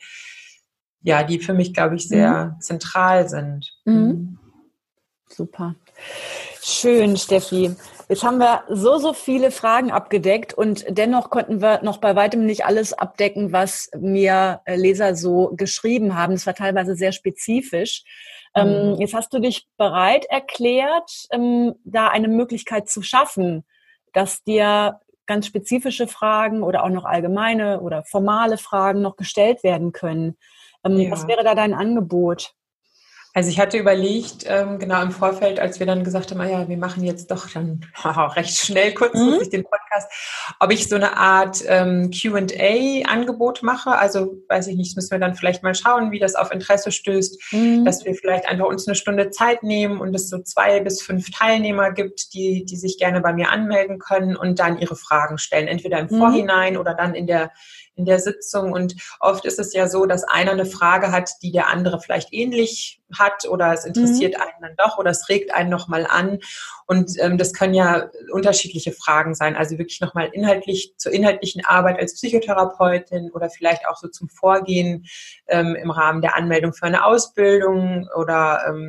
ja, die für mich, glaube ich, sehr
mhm.
zentral sind.
Mhm. Super. Schön, Steffi. Jetzt haben wir so, so viele Fragen abgedeckt und dennoch konnten wir noch bei weitem nicht alles abdecken, was mir Leser so geschrieben haben. Es war teilweise sehr spezifisch. Mhm. Ähm, jetzt hast du dich bereit erklärt, ähm, da eine Möglichkeit zu schaffen, dass dir ganz spezifische Fragen oder auch noch allgemeine oder formale Fragen noch gestellt werden können. Ähm,
Ja.
Was wäre da dein Angebot?
Also ich hatte überlegt, ähm, genau im Vorfeld, als wir dann gesagt haben, ah ja, wir machen jetzt doch dann recht schnell, kurzfristig mhm. den Podcast, ob ich so eine Art ähm, Q and A-Angebot mache. Also weiß ich nicht, müssen wir dann vielleicht mal schauen, wie das auf Interesse stößt, mhm. dass wir vielleicht einfach uns eine Stunde Zeit nehmen und es so zwei bis fünf Teilnehmer gibt, die, die sich gerne bei mir anmelden können und dann ihre Fragen stellen, entweder im mhm. Vorhinein oder dann in der in der Sitzung. Und oft ist es ja so, dass einer eine Frage hat, die der andere vielleicht ähnlich hat oder es interessiert mhm. einen dann doch oder es regt einen nochmal an. Und ähm, das können ja unterschiedliche Fragen sein. Also wirklich nochmal inhaltlich zur inhaltlichen Arbeit als Psychotherapeutin oder vielleicht auch so zum Vorgehen ähm, im Rahmen der Anmeldung für eine Ausbildung oder ähm,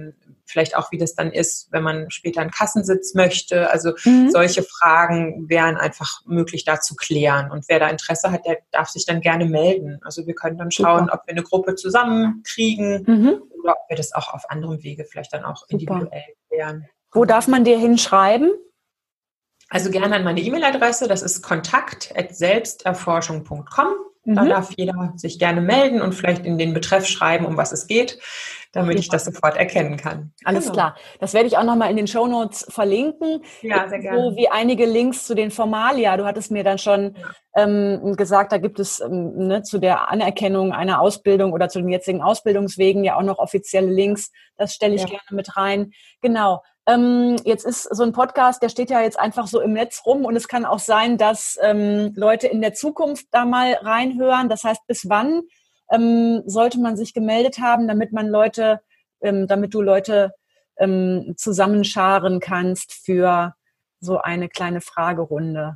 vielleicht auch, wie das dann ist, wenn man später einen Kassensitz möchte. Also mhm. solche Fragen wären einfach möglich da zu klären. Und wer da Interesse hat, der darf sich dann gerne melden. Also wir können dann schauen, Super. ob wir eine Gruppe zusammenkriegen mhm. oder ob wir das auch auf anderem Wege vielleicht dann auch Super. individuell klären.
Wo darf man dir hinschreiben?
Also gerne an meine E-Mail-Adresse, das ist kontakt at selbsterforschung punkt com. Da mhm. darf jeder sich gerne melden und vielleicht in den Betreff schreiben, um was es geht, damit ich das sofort erkennen kann.
Alles genau. klar. Das werde ich auch nochmal in den Shownotes verlinken.
Ja, sehr gerne.
So wie einige Links zu den Formalia. Du hattest mir dann schon ja. ähm, gesagt, da gibt es ähm, ne, zu der Anerkennung einer Ausbildung oder zu den jetzigen Ausbildungswegen ja auch noch offizielle Links. Das stelle ich ja. gerne mit rein. Genau. Ähm, jetzt ist so ein Podcast, der steht ja jetzt einfach so im Netz rum und es kann auch sein, dass ähm, Leute in der Zukunft da mal reinhören. Das heißt, bis wann ähm, sollte man sich gemeldet haben, damit man Leute, ähm, damit du Leute ähm, zusammenscharen kannst für so eine kleine Fragerunde?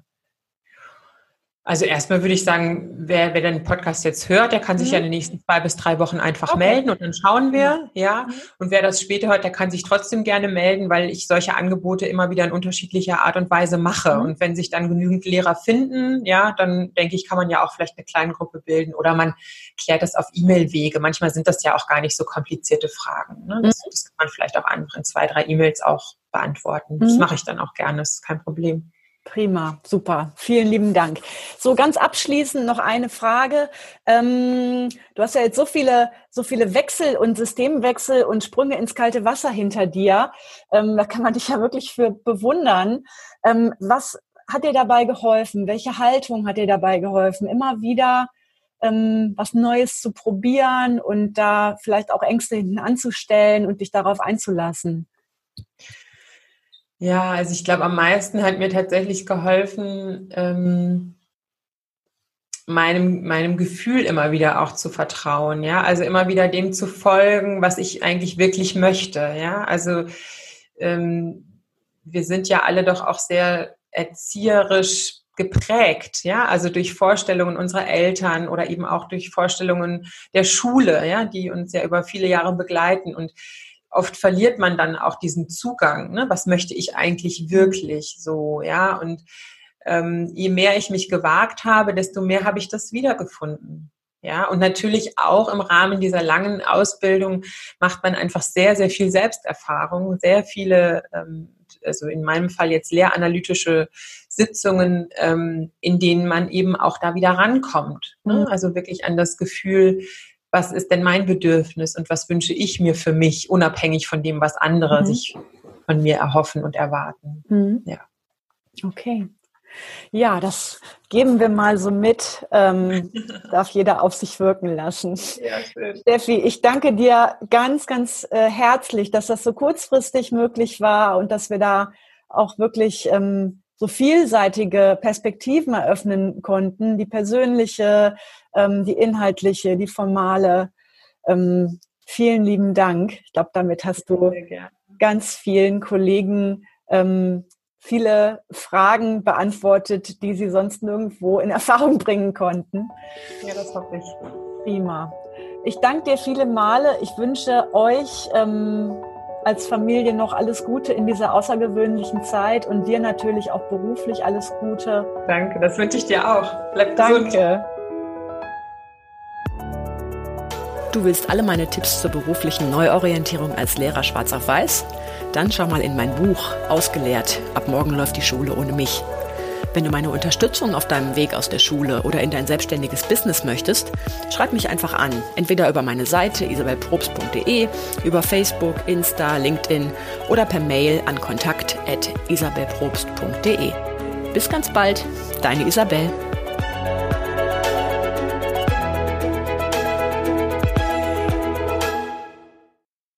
Also erstmal würde ich sagen, wer, wer den Podcast jetzt hört, der kann sich mhm. ja in den nächsten zwei bis drei Wochen einfach okay. melden und dann schauen wir, ja. Mhm. Und wer das später hört, der kann sich trotzdem gerne melden, weil ich solche Angebote immer wieder in unterschiedlicher Art und Weise mache. Mhm. Und wenn sich dann genügend Lehrer finden, ja, dann denke ich, kann man ja auch vielleicht eine kleine Gruppe bilden oder man klärt das auf E-Mail-Wege. Manchmal sind das ja auch gar nicht so komplizierte Fragen. Ne? Das, mhm. das kann man vielleicht auch einfach in zwei, drei E-Mails auch beantworten. Mhm. Das mache ich dann auch gerne, das ist kein Problem.
Prima, super. Vielen lieben Dank. So, ganz abschließend noch eine Frage. Ähm, du hast ja jetzt so viele, so viele Wechsel und Systemwechsel und Sprünge ins kalte Wasser hinter dir. Ähm, da kann man dich ja wirklich für bewundern. Ähm, was hat dir dabei geholfen? Welche Haltung hat dir dabei geholfen? Immer wieder ähm, was Neues zu probieren und da vielleicht auch Ängste hinten anzustellen und dich darauf einzulassen?
Ja, also ich glaube, am meisten hat mir tatsächlich geholfen, ähm, meinem, meinem Gefühl immer wieder auch zu vertrauen, ja, also immer wieder dem zu folgen, was ich eigentlich wirklich möchte, ja, also ähm, wir sind ja alle doch auch sehr erzieherisch geprägt, ja, also durch Vorstellungen unserer Eltern oder eben auch durch Vorstellungen der Schule, ja, die uns ja über viele Jahre begleiten und oft verliert man dann auch diesen Zugang, ne? Was möchte ich eigentlich wirklich so, ja, und ähm, je mehr ich mich gewagt habe, desto mehr habe ich das wiedergefunden, ja, und natürlich auch im Rahmen dieser langen Ausbildung macht man einfach sehr, sehr viel Selbsterfahrung, sehr viele, ähm, also in meinem Fall jetzt lehranalytische Sitzungen, ähm, in denen man eben auch da wieder rankommt, ne? Also wirklich an das Gefühl, was ist denn mein Bedürfnis und was wünsche ich mir für mich, unabhängig von dem, was andere mhm. sich von mir erhoffen und erwarten. Mhm. Ja.
Okay. Ja, das geben wir mal so mit. Ähm, darf jeder auf sich wirken lassen. Ja, schön. Steffi, ich danke dir ganz, ganz äh, herzlich, dass das so kurzfristig möglich war und dass wir da auch wirklich ähm, so vielseitige Perspektiven eröffnen konnten, die persönliche, ähm, die inhaltliche, die formale. Ähm, vielen lieben Dank. Ich glaube, damit hast du ganz vielen Kollegen ähm, viele Fragen beantwortet, die sie sonst nirgendwo in Erfahrung bringen konnten.
Ja, das hoffe ich.
Prima. Ich danke dir viele Male. Ich wünsche euch ähm, als Familie noch alles Gute in dieser außergewöhnlichen Zeit und dir natürlich auch beruflich alles Gute.
Danke, das wünsche ich dir auch. Bleib
gesund. Danke.
Du willst alle meine Tipps zur beruflichen Neuorientierung als Lehrer schwarz auf weiß? Dann schau mal in mein Buch Ausgelehrt. Ab morgen läuft die Schule ohne mich. Wenn du meine Unterstützung auf deinem Weg aus der Schule oder in dein selbstständiges Business möchtest, schreib mich einfach an. Entweder über meine Seite isabel probst punkt de, über Facebook, Insta, LinkedIn oder per Mail an kontakt at isabel probst punkt de. Bis ganz bald, deine Isabel.